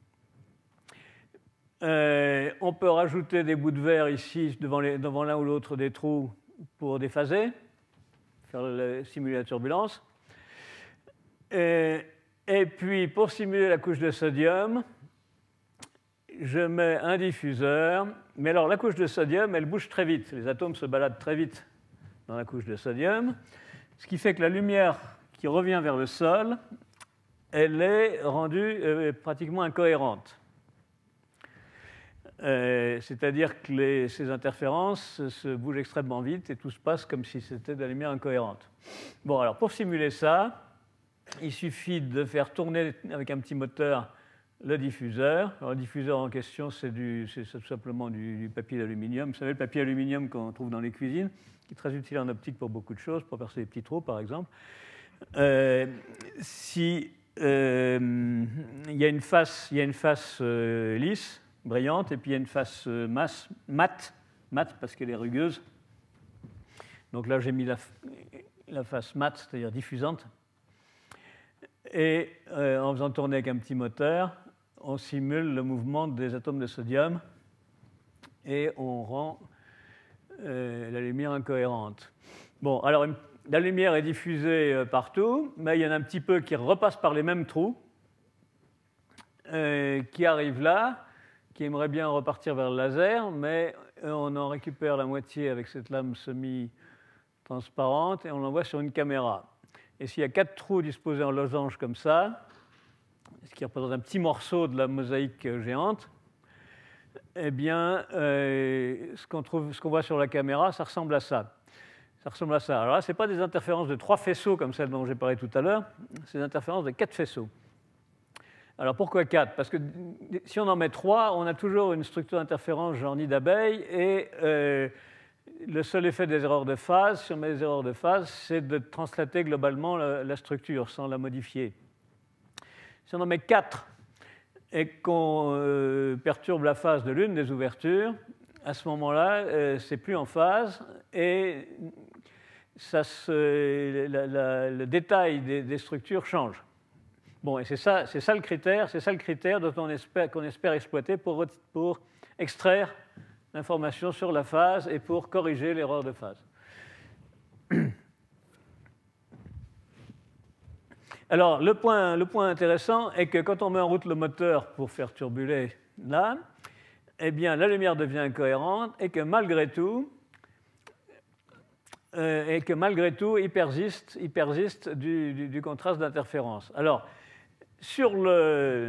Euh, on peut rajouter des bouts de verre ici devant, les, devant l'un ou l'autre des trous pour déphaser, faire le, simuler la turbulence. Et, et puis pour simuler la couche de sodium, je mets un diffuseur. Mais alors la couche de sodium, elle bouge très vite. Les atomes se baladent très vite dans la couche de sodium, ce qui fait que la lumière qui revient vers le sol, elle est rendue euh, pratiquement incohérente. Euh, c'est-à-dire que les, ces interférences se bougent extrêmement vite et tout se passe comme si c'était de la lumière incohérente. Bon, alors pour simuler ça, il suffit de faire tourner avec un petit moteur le diffuseur. Alors, le diffuseur en question, c'est, du, c'est tout simplement du, du papier d'aluminium. Vous savez, le papier d'aluminium qu'on trouve dans les cuisines, qui est très utile en optique pour beaucoup de choses, pour percer des petits trous, par exemple. Euh, si euh, il y a une face, il y a une face euh, lisse, brillante, et puis il y a une face euh, masse, mate, mate parce qu'elle est rugueuse. Donc là, j'ai mis la, la face mate, c'est-à-dire diffusante. Et euh, en faisant tourner avec un petit moteur, on simule le mouvement des atomes de sodium et on rend euh, la lumière incohérente. Bon, alors la lumière est diffusée euh, partout, mais il y en a un petit peu qui repasse par les mêmes trous, euh, qui arrivent là, qui aimerait bien repartir vers le laser, mais on en récupère la moitié avec cette lame semi-transparente et on l'envoie sur une caméra. Et s'il y a quatre trous disposés en losange comme ça, ce qui représente un petit morceau de la mosaïque géante, eh bien, euh, ce qu'on trouve, ce qu'on voit sur la caméra, ça ressemble à ça. Ça ressemble à ça. Alors là, ce n'est pas des interférences de trois faisceaux comme celles dont j'ai parlé tout à l'heure, c'est des interférences de quatre faisceaux. Alors pourquoi quatre? Parce que si on en met trois, on a toujours une structure d'interférence genre nid d'abeille et euh, le seul effet des erreurs de phase, si on met des erreurs de phase, c'est de translater globalement la, la structure sans la modifier. Si on en met quatre et qu'on euh, perturbe la phase de l'une des ouvertures, à ce moment-là, euh, c'est plus en phase et ça se, la, la, le détail des, des structures change. Bon, et c'est ça, c'est ça le critère, c'est ça le critère dont on espère, qu'on espère exploiter pour, pour extraire l'information sur la phase et pour corriger l'erreur de phase. Alors, le point, le point intéressant est que quand on met en route le moteur pour faire turbuler là, eh bien, la lumière devient incohérente et que malgré tout, euh, et que malgré tout, il persiste, il persiste du, du, du contraste d'interférence. Alors, sur le,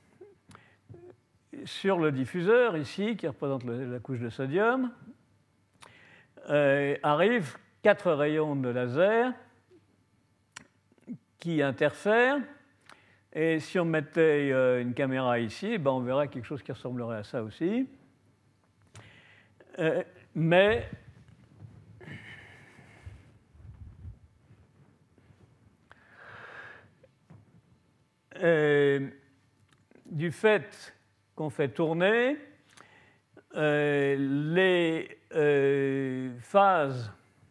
sur le diffuseur, ici, qui représente le, la couche de sodium, euh, arrivent quatre rayons de laser qui interfèrent. Et si on mettait euh, une caméra ici, ben on verrait quelque chose qui ressemblerait à ça aussi. Euh, mais euh, du fait qu'on fait tourner, euh, les euh, phases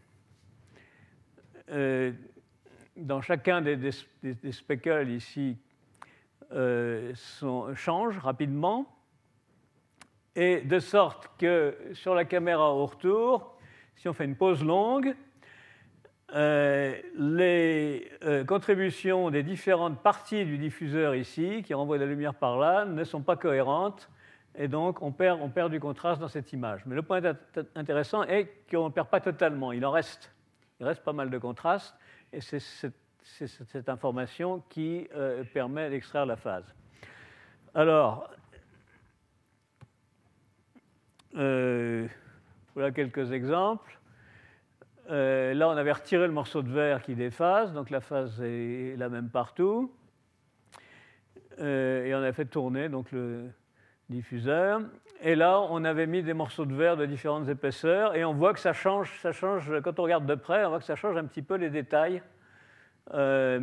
euh, dans chacun des, des, des speckles ici euh, sont, changent rapidement, et de sorte que sur la caméra au retour, si on fait une pause longue, euh, les euh, contributions des différentes parties du diffuseur ici, qui renvoient de la lumière par là, ne sont pas cohérentes, et donc on perd, on perd du contraste dans cette image. Mais le point intéressant est qu'on ne perd pas totalement, il en reste, il reste pas mal de contraste, et c'est cette, c'est cette information qui euh, permet d'extraire la phase. Alors, euh, voilà quelques exemples. Euh, là, on avait retiré le morceau de verre qui déphase, donc la phase est la même partout. Euh, et on a fait tourner donc, le diffuseur. Et là, on avait mis des morceaux de verre de différentes épaisseurs, et on voit que ça change, ça change, quand on regarde de près, on voit que ça change un petit peu les détails. Euh,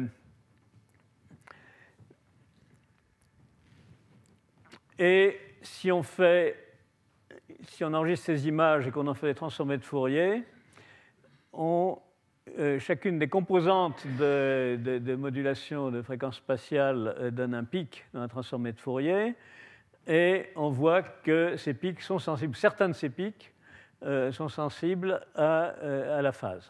et si on fait, si on enregistre ces images et qu'on en fait des transformés de Fourier, on, euh, chacune des composantes de, de, de modulation de fréquence spatiale euh, donne un pic dans un transformé de Fourier, et on voit que ces pics sont sensibles, certains de ces pics euh, sont sensibles à, euh, à la phase.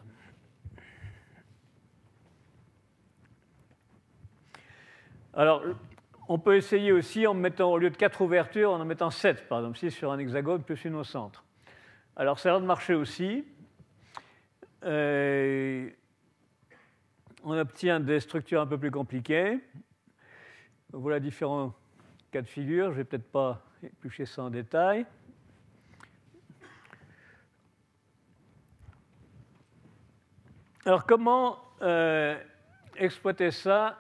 Alors, on peut essayer aussi en mettant, au lieu de quatre ouvertures, en en mettant sept, par exemple, six sur un hexagone plus une au centre. Alors, ça a l'air de marcher aussi. Euh, on obtient des structures un peu plus compliquées. Voilà différents cas de figure. Je ne vais peut-être pas éplucher ça en détail. Alors, comment euh, exploiter ça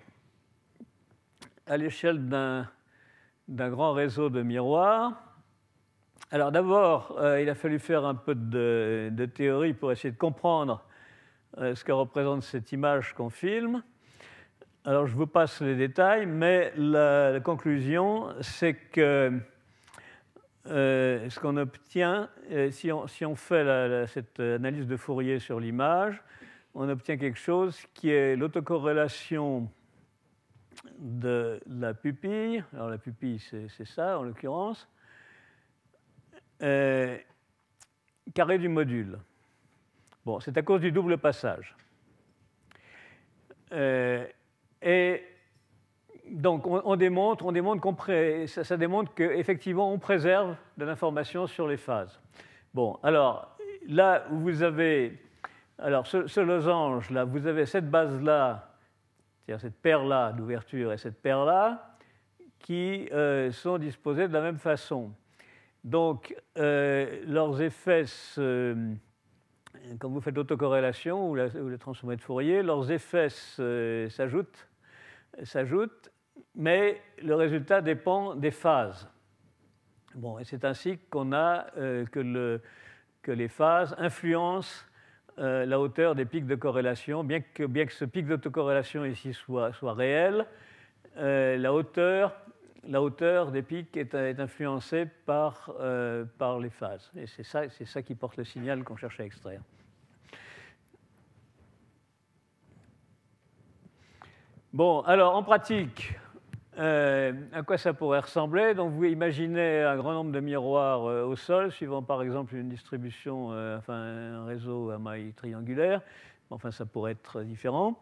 à l'échelle d'un, d'un grand réseau de miroirs? Alors d'abord, euh, il a fallu faire un peu de, de théorie pour essayer de comprendre euh, ce que représente cette image qu'on filme. Alors je vous passe les détails, mais la, la conclusion, c'est que euh, ce qu'on obtient, euh, si, on, si on fait la, la, cette analyse de Fourier sur l'image, on obtient quelque chose qui est l'autocorrélation de la pupille. Alors la pupille, c'est, c'est ça en l'occurrence. Euh, carré du module. Bon, c'est à cause du double passage. Euh, et donc, on, on démontre, on démontre qu'on pré, ça, ça démontre qu'effectivement, on préserve de l'information sur les phases. Bon, alors, là où vous avez, alors ce, ce losange, là, vous avez cette base-là, c'est-à-dire cette paire-là d'ouverture et cette paire-là, qui euh, sont disposées de la même façon. Donc, euh, leurs effets, se, quand vous faites l'autocorrélation ou, la, ou le transformé de Fourier, leurs effets se, s'ajoutent, s'ajoutent, mais le résultat dépend des phases. Bon, et c'est ainsi qu'on a euh, que le, que les phases influencent euh, la hauteur des pics de corrélation. Bien que, bien que ce pic d'autocorrélation ici soit, soit réel, euh, la, hauteur, la hauteur des pics est, est influencée par, euh, par les phases. Et c'est ça, c'est ça qui porte le signal qu'on cherche à extraire. Bon, alors en pratique, euh, à quoi ça pourrait ressembler? Donc vous imaginez un grand nombre de miroirs euh, au sol, suivant par exemple une distribution, euh, enfin un réseau à maille triangulaire. Enfin, ça pourrait être différent.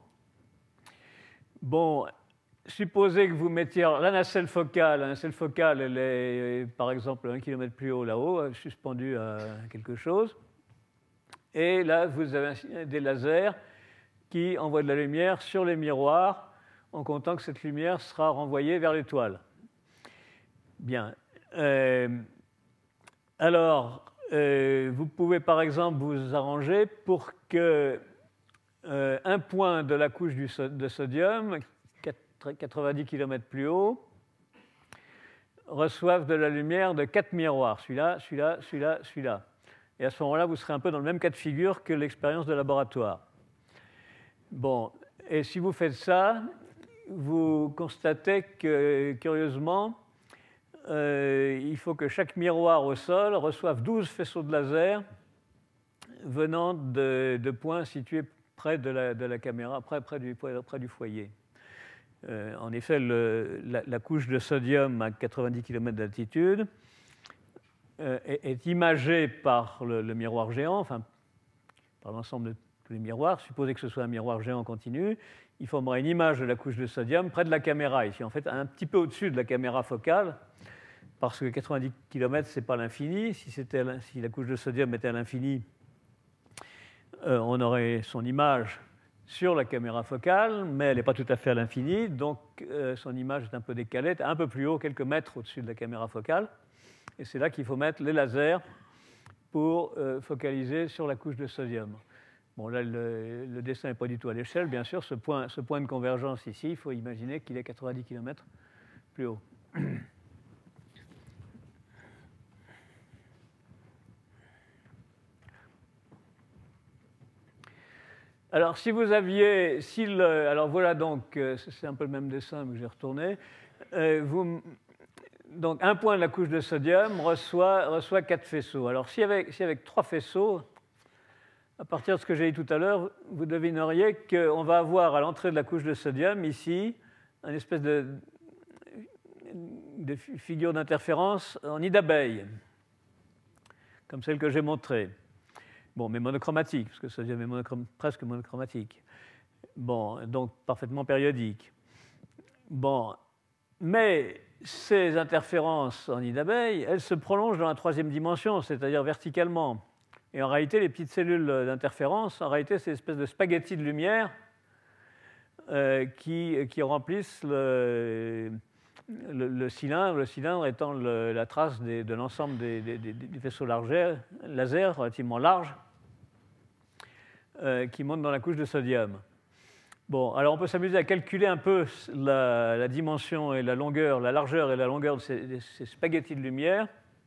Bon, supposez que vous mettiez la nacelle focale. La nacelle focale, elle est par exemple un kilomètre plus haut là-haut, suspendue à quelque chose. Et là, vous avez des lasers qui envoient de la lumière sur les miroirs, en comptant que cette lumière sera renvoyée vers l'étoile. Bien. Euh, alors, euh, vous pouvez par exemple vous arranger pour que euh, un point de la couche du so de sodium, quatre-vingt-dix kilomètres plus haut, reçoive de la lumière de quatre miroirs, celui-là, celui-là, celui-là, celui-là. Et à ce moment-là, vous serez un peu dans le même cas de figure que l'expérience de laboratoire. Bon, et si vous faites ça, vous constatez que, curieusement, euh, il faut que chaque miroir au sol reçoive douze faisceaux de laser venant de, de points situés près de la, de la caméra, près, près, du, près du foyer. Euh, en effet, le, la, la couche de sodium à quatre-vingt-dix kilomètres d'altitude euh, est, est imagée par le, le miroir géant, enfin, par l'ensemble de tous les miroirs. Supposez que ce soit un miroir géant continu, il formera une image de la couche de sodium près de la caméra, ici, en fait, un petit peu au-dessus de la caméra focale, parce que quatre-vingt-dix kilomètres, ce n'est pas l'infini. Si, si la couche de sodium était à l'infini, euh, on aurait son image sur la caméra focale, mais elle n'est pas tout à fait à l'infini, donc euh, son image est un peu décalée, un peu plus haut, quelques mètres au-dessus de la caméra focale. Et c'est là qu'il faut mettre les lasers pour euh, focaliser sur la couche de sodium. Bon, là, le, le dessin n'est pas du tout à l'échelle, bien sûr. Ce point, ce point de convergence ici, il faut imaginer qu'il est quatre-vingt-dix kilomètres plus haut. Alors, si vous aviez... Si le, alors, voilà donc, c'est un peu le même dessin, mais que j'ai retourné. Euh, vous, donc, un point de la couche de sodium reçoit, reçoit quatre faisceaux. Alors, si avec, si avec trois faisceaux, à partir de ce que j'ai dit tout à l'heure, vous devineriez qu'on va avoir à l'entrée de la couche de sodium, ici, une espèce de, de figure d'interférence en nid d'abeille, comme celle que j'ai montrée. Bon, mais monochromatique, parce que le sodium est monochrom- presque monochromatique. Bon, donc parfaitement périodique. Bon, mais ces interférences en nid d'abeille, elles se prolongent dans la troisième dimension, c'est-à-dire verticalement. Et en réalité, les petites cellules d'interférence, en réalité, c'est une espèce de spaghetti de lumière euh, qui, qui remplissent le, le, le cylindre, le cylindre étant le, la trace des, de l'ensemble des, des, des, des vaisseaux laser, laser relativement larges euh, qui montent dans la couche de sodium. Bon, alors on peut s'amuser à calculer un peu la, la dimension et la longueur, la largeur et la longueur de ces, de ces spaghettis de lumière.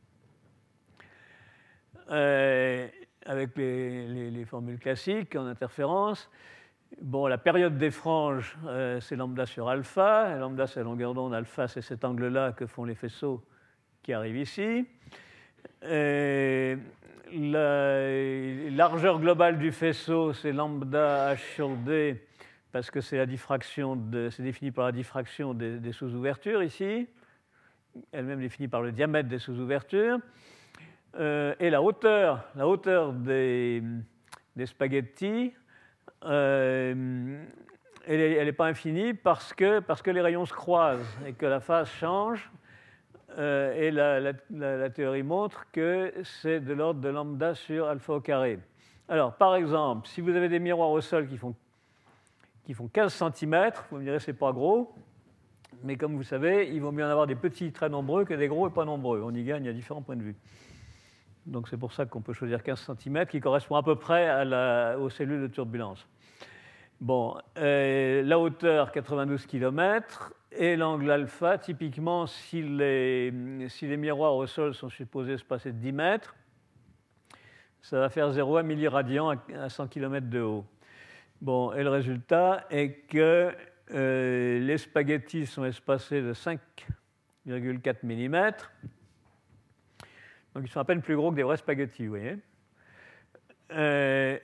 Euh, avec les, les, les formules classiques en interférence. Bon, la période des franges, euh, c'est lambda sur alpha. Lambda, c'est la longueur d'onde. Alpha, c'est cet angle-là que font les faisceaux qui arrivent ici. Et la largeur globale du faisceau, c'est lambda h sur d, parce que c'est la diffraction de, c'est défini par la diffraction des, des sous-ouvertures ici, elle-même définie par le diamètre des sous-ouvertures. Euh, et la hauteur, la hauteur des, des spaghettis, euh, elle n'est pas infinie parce que, parce que les rayons se croisent et que la phase change. Euh, et la, la, la, la théorie montre que c'est de l'ordre de lambda sur alpha au carré. Alors, par exemple, si vous avez des miroirs au sol qui font, qui font quinze centimètres, vous me direz c'est pas gros, mais comme vous savez, il vaut mieux en avoir des petits très nombreux que des gros et pas nombreux. On y gagne à différents points de vue. Donc c'est pour ça qu'on peut choisir quinze centimètres, qui correspond à peu près à la, aux cellules de turbulence. Bon, euh, la hauteur, quatre-vingt-douze kilomètres, et l'angle alpha, typiquement, si les, si les miroirs au sol sont supposés se passer de dix mètres, ça va faire zéro virgule un milliradian à cent kilomètres de haut. Bon, et le résultat est que euh, les spaghettis sont espacés de cinq virgule quatre millimètres. Donc ils sont à peine plus gros que des vrais spaghettis, vous voyez. Euh,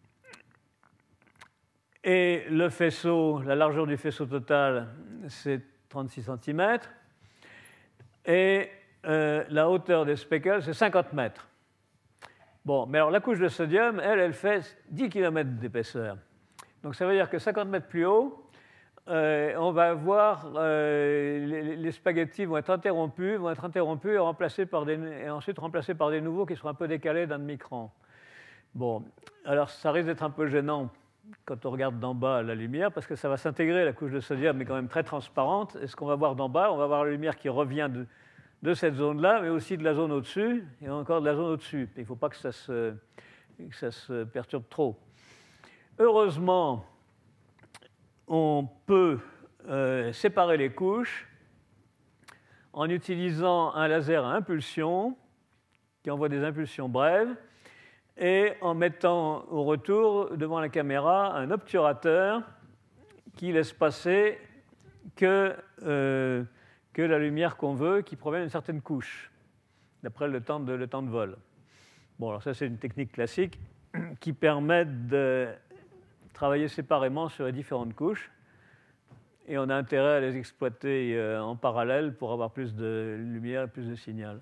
et le faisceau, la largeur du faisceau total, c'est trente-six centimètres. Et euh, la hauteur des speckles, c'est cinquante mètres. Bon, mais alors la couche de sodium, elle, elle fait dix kilomètres d'épaisseur. Donc ça veut dire que cinquante mètres plus haut, euh, on va avoir, euh, les, les spaghettis vont être interrompus, vont être interrompus et, remplacés par des, et ensuite remplacés par des nouveaux qui seront un peu décalés d'un demi-cran. Bon, alors ça risque d'être un peu gênant quand on regarde d'en bas la lumière, parce que ça va s'intégrer, la couche de sodium est quand même très transparente. Et ce qu'on va voir d'en bas, on va voir la lumière qui revient de, de cette zone-là, mais aussi de la zone au-dessus, et encore de la zone au-dessus. Il ne faut pas que ça, se, que ça se perturbe trop. Heureusement, on peut euh, séparer les couches en utilisant un laser à impulsion qui envoie des impulsions brèves et en mettant au retour devant la caméra un obturateur qui laisse passer que, euh, que la lumière qu'on veut qui provient d'une certaine couche, d'après le temps de, le temps de vol. Bon, alors ça c'est une technique classique qui permet de travailler séparément sur les différentes couches, et on a intérêt à les exploiter euh, en parallèle pour avoir plus de lumière et plus de signal.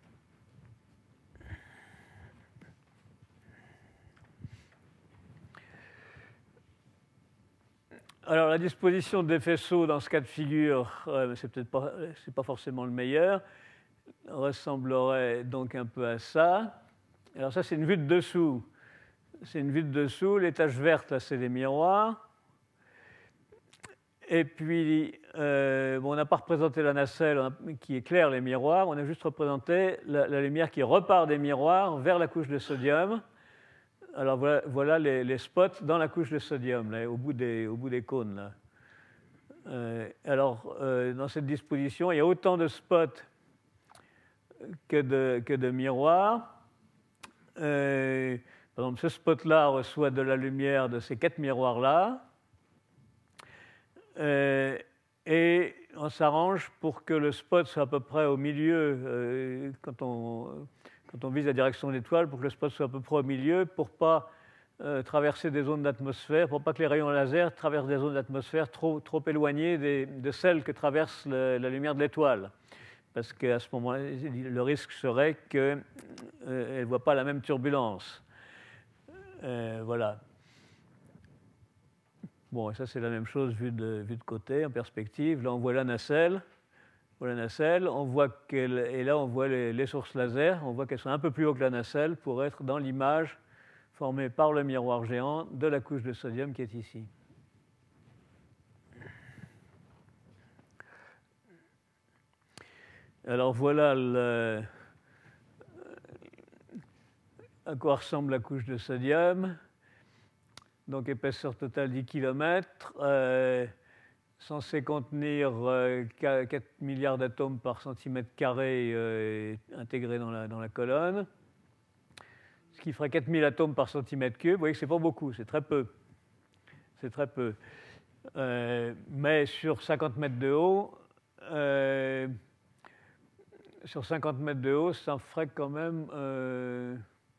Alors la disposition des faisceaux dans ce cas de figure, euh, c'est peut-être pas, c'est pas forcément le meilleur, ressemblerait donc un peu à ça. Alors ça c'est une vue de dessous. C'est une vue de dessous. Les taches vertes, là, c'est des miroirs. Et puis, euh, bon, on n'a pas représenté la nacelle qui éclaire les miroirs. On a juste représenté la, la lumière qui repart des miroirs vers la couche de sodium. Alors, voilà, voilà les, les spots dans la couche de sodium, là, au, bout des, au bout des cônes. Là. Euh, alors, euh, dans cette disposition, il y a autant de spots que de, que de miroirs. Euh, Par exemple, ce spot-là reçoit de la lumière de ces quatre miroirs-là. Euh, et on s'arrange pour que le spot soit à peu près au milieu, euh, quand, on, quand on vise la direction de l'étoile, pour que le spot soit à peu près au milieu, pour ne pas euh, traverser des zones d'atmosphère, pour ne pas que les rayons laser traversent des zones d'atmosphère trop, trop éloignées des, de celles que traverse le, la lumière de l'étoile. Parce qu'à ce moment-là, le risque serait qu'elle euh, ne voit pas la même turbulence. Euh, voilà. Bon, et ça c'est la même chose vue de, vue de côté, en perspective. Là on voit la nacelle, on voit la nacelle, on voit qu'elle, et là on voit les, les sources laser, on voit qu'elles sont un peu plus haut que la nacelle pour être dans l'image formée par le miroir géant de la couche de sodium qui est ici. Alors voilà le, à quoi ressemble la couche de sodium. Donc épaisseur totale dix kilomètres, euh, censé contenir euh, quatre milliards d'atomes par centimètre carré euh, intégrés dans la, dans la colonne, ce qui ferait quatre mille atomes par centimètre cube. Vous voyez que ce n'est pas beaucoup, c'est très peu. C'est très peu. Euh, mais sur cinquante mètres de haut, euh, sur cinquante mètres de haut, ça ferait quand même euh,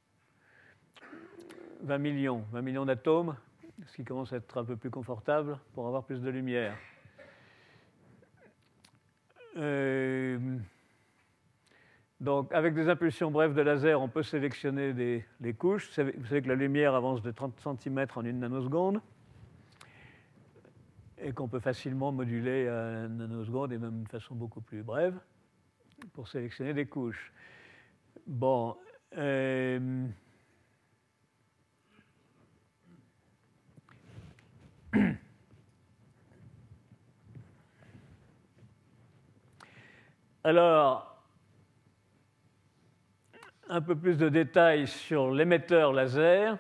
vingt millions, vingt millions d'atomes, ce qui commence à être un peu plus confortable pour avoir plus de lumière. Euh, donc, avec des impulsions brèves de laser, on peut sélectionner des, les couches. Vous savez, vous savez que la lumière avance de trente centimètres en une nanoseconde et qu'on peut facilement moduler à une nanoseconde et même de façon beaucoup plus brève pour sélectionner des couches. Bon. Euh, Alors, un peu plus de détails sur l'émetteur laser.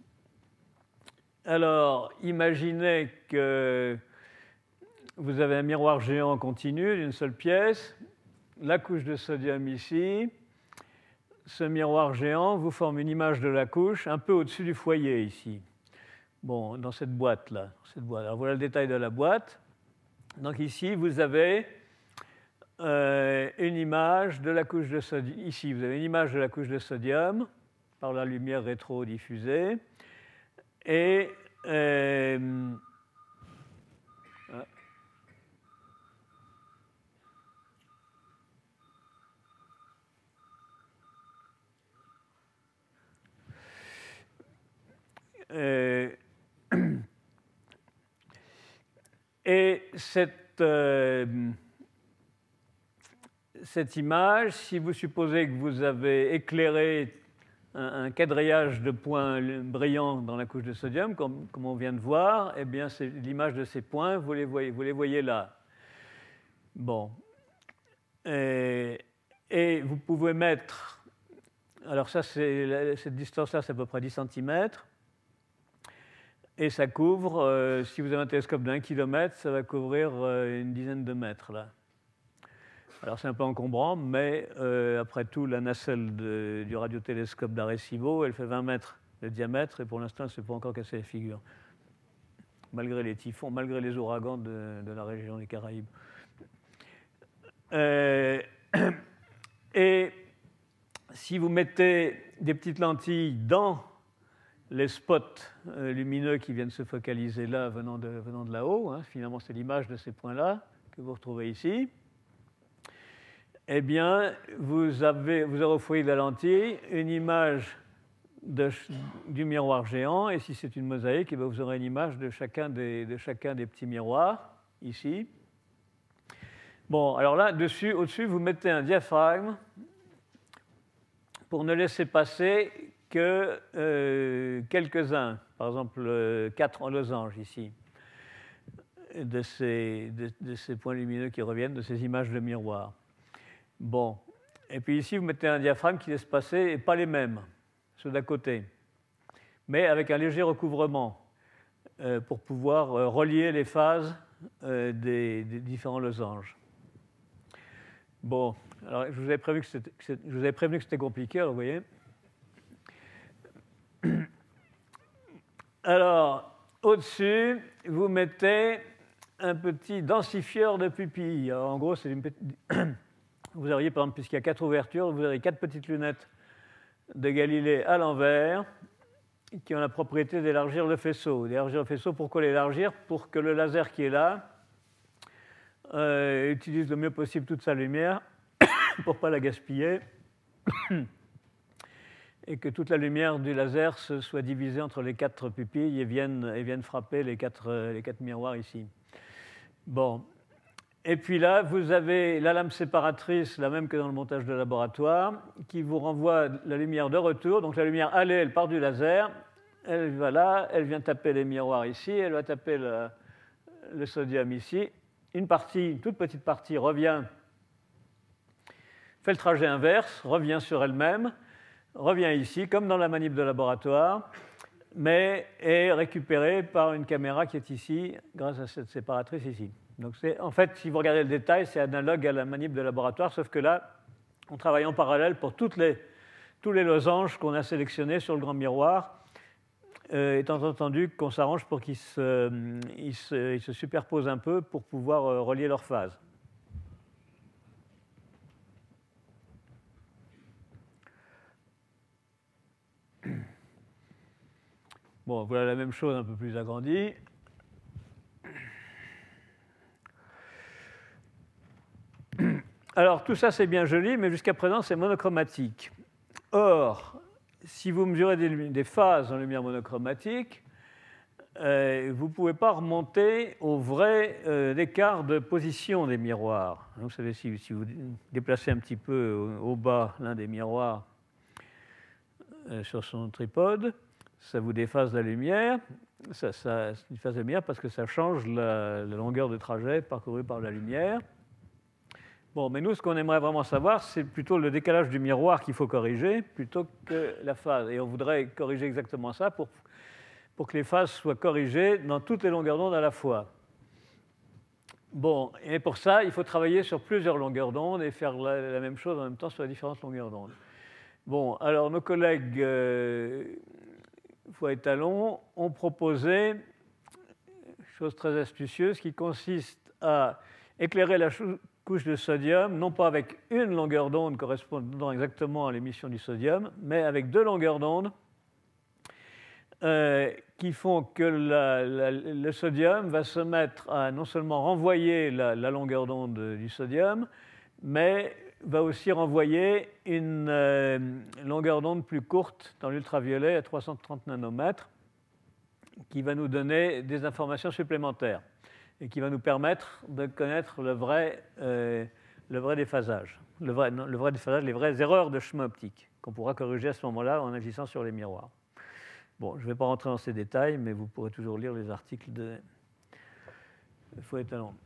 Alors, imaginez que vous avez un miroir géant continu d'une seule pièce, la couche de sodium ici, ce miroir géant vous forme une image de la couche un peu au-dessus du foyer ici. Bon, dans cette boîte-là. Cette boîte. Alors voilà le détail de la boîte. Donc ici, vous avez euh, une image de la couche de sodium. Ici, vous avez une image de la couche de sodium par la lumière rétro-diffusée. Et euh, euh, et cette, euh, cette image, si vous supposez que vous avez éclairé un, un quadrillage de points brillants dans la couche de sodium, comme, comme on vient de voir, eh bien, c'est l'image de ces points, vous les voyez, vous les voyez là. Bon. Et, et vous pouvez mettre... Alors ça, c'est, cette distance-là, c'est à peu près dix centimètres. Et ça couvre, euh, si vous avez un télescope d'un kilomètre, ça va couvrir euh, une dizaine de mètres, là. Alors c'est un peu encombrant, mais euh, après tout, la nacelle de, du radiotélescope d'Arecibo, elle fait vingt mètres de diamètre, et pour l'instant, elle ne s'est pas encore cassé la figure, malgré les typhons, malgré les ouragans de, de la région des Caraïbes. Euh, et si vous mettez des petites lentilles dans les spots euh, lumineux qui viennent se focaliser là, venant de, venant de là-haut, hein, finalement c'est l'image de ces points-là que vous retrouvez ici, eh bien, vous, avez, vous aurez au foyer de la lentille une image de, du miroir géant, et si c'est une mosaïque, eh bien, vous aurez une image de chacun des, de chacun des petits miroirs, ici. Bon, alors là, dessus, au-dessus, vous mettez un diaphragme pour ne laisser passer que euh, quelques-uns, par exemple euh, quatre en losange ici, de ces, de, de ces points lumineux qui reviennent, de ces images de miroir. Bon, et puis ici vous mettez un diaphragme qui laisse passer, et pas les mêmes, ceux d'à côté, mais avec un léger recouvrement euh, pour pouvoir euh, relier les phases euh, des, des différents losanges. Bon, alors je vous avais prévenu que c'était, que je vous avais prévenu que c'était compliqué, alors vous voyez. Alors, au-dessus, vous mettez un petit densifieur de pupille. Alors, en gros, c'est une petite... vous auriez, par exemple, puisqu'il y a quatre ouvertures, vous aurez quatre petites lunettes de Galilée à l'envers qui ont la propriété d'élargir le faisceau. D'élargir le faisceau, pourquoi l'élargir? Pour que le laser qui est là euh, utilise le mieux possible toute sa lumière pour ne pas la gaspiller. Et que toute la lumière du laser se soit divisée entre les quatre pupilles et vienne, et vienne frapper les quatre, les quatre miroirs ici. Bon. Et puis là, vous avez la lame séparatrice, la même que dans le montage de laboratoire, qui vous renvoie la lumière de retour. Donc la lumière allée, elle part du laser, elle va là, elle vient taper les miroirs ici, elle va taper le, le sodium ici. Une partie, une toute petite partie revient, fait le trajet inverse, revient sur elle-même, revient ici, comme dans la manip de laboratoire, mais est récupéré par une caméra qui est ici, grâce à cette séparatrice ici. Donc c'est, en fait, si vous regardez le détail, c'est analogue à la manip de laboratoire, sauf que là, on travaille en parallèle pour toutes les, tous les losanges qu'on a sélectionnés sur le grand miroir, euh, étant entendu qu'on s'arrange pour qu'ils se, ils se, ils se superposent un peu pour pouvoir euh, relier leurs phases. Bon, voilà la même chose un peu plus agrandie. Alors, tout ça, c'est bien joli, mais jusqu'à présent, c'est monochromatique. Or, si vous mesurez des, des phases en lumière monochromatique, euh, vous ne pouvez pas remonter au vrai euh, écart de position des miroirs. Vous savez, si, si vous déplacez un petit peu au, au bas l'un des miroirs euh, sur son tripode, ça vous déphase la lumière, ça, ça déphase la lumière parce que ça change la, la longueur de trajet parcourue par la lumière. Bon, mais nous, ce qu'on aimerait vraiment savoir, c'est plutôt le décalage du miroir qu'il faut corriger, plutôt que la phase. Et on voudrait corriger exactement ça pour, pour que les phases soient corrigées dans toutes les longueurs d'onde à la fois. Bon, et pour ça, il faut travailler sur plusieurs longueurs d'onde et faire la, la même chose en même temps sur les différentes longueurs d'onde. Bon, alors nos collègues euh, Foix-Talon ont proposé une chose très astucieuse qui consiste à éclairer la couche de sodium, non pas avec une longueur d'onde correspondant exactement à l'émission du sodium, mais avec deux longueurs d'onde euh, qui font que la, la, le sodium va se mettre à non seulement renvoyer la, la longueur d'onde du sodium, mais va aussi renvoyer une euh, longueur d'onde plus courte dans l'ultraviolet à trois cent trente nanomètres, qui va nous donner des informations supplémentaires et qui va nous permettre de connaître le vrai, euh, le vrai déphasage, le vrai, non, le vrai déphasage, les vraies erreurs de chemin optique qu'on pourra corriger à ce moment-là en agissant sur les miroirs. Bon, je ne vais pas rentrer dans ces détails, mais vous pourrez toujours lire les articles de Foix-Talon.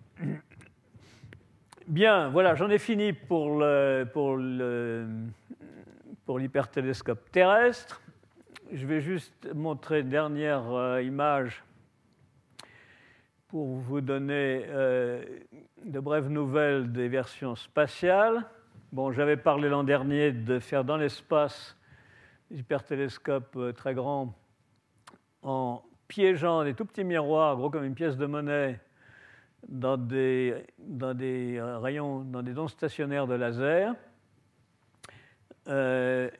Bien, voilà, j'en ai fini pour, le, pour, le, pour l'hypertélescope terrestre. Je vais juste montrer une dernière euh, image pour vous donner euh, de brèves nouvelles des versions spatiales. Bon, j'avais parlé l'an dernier de faire dans l'espace des hypertélescopes euh, très grands en piégeant des tout petits miroirs, gros comme une pièce de monnaie, dans des, dans des rayons, dans des ondes stationnaires de laser, euh,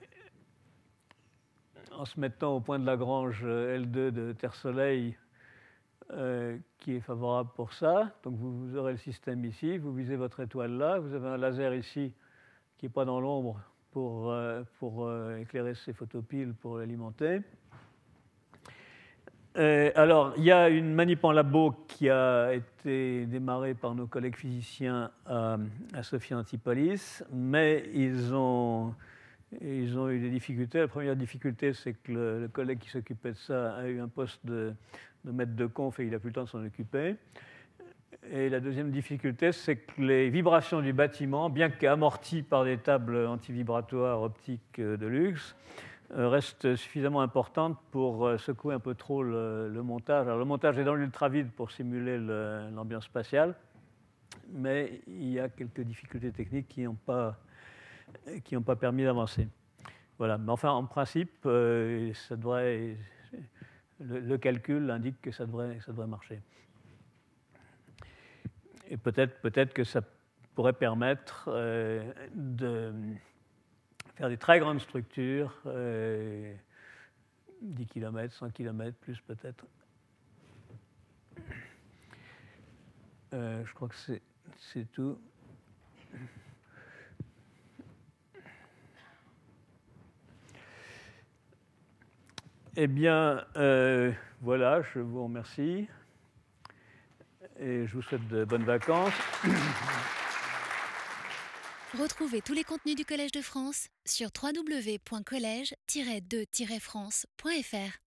en se mettant au point de Lagrange L deux de Terre-Soleil, euh, qui est favorable pour ça. Donc vous, vous aurez le système ici, vous visez votre étoile là, vous avez un laser ici qui n'est pas dans l'ombre pour, euh, pour euh, éclairer ses photopiles pour l'alimenter. Euh, alors, il y a une manip en labo qui a été démarrée par nos collègues physiciens à, à Sophia Antipolis, mais ils ont, ils ont eu des difficultés. La première difficulté, c'est que le, le collègue qui s'occupait de ça a eu un poste de, de maître de conf et il n'a plus le temps de s'en occuper. Et la deuxième difficulté, c'est que les vibrations du bâtiment, bien qu'amorties par des tables antivibratoires optiques de luxe, reste suffisamment importante pour secouer un peu trop le, le montage. Alors, le montage est dans l'ultravide pour simuler le, l'ambiance spatiale, mais il y a quelques difficultés techniques qui n'ont pas, qui n'ont pas permis d'avancer. Voilà. Mais enfin, en principe, euh, ça devrait, le, le calcul indique que ça devrait, ça devrait marcher. Et peut-être, peut-être que ça pourrait permettre euh, de faire des très grandes structures, euh, dix kilomètres, cent kilomètres, plus peut-être. Euh, je crois que c'est, c'est tout. Eh bien, euh, voilà, je vous remercie et je vous souhaite de bonnes vacances. Retrouvez tous les contenus du Collège de France sur w w w point collège tiret de tiret france point f r.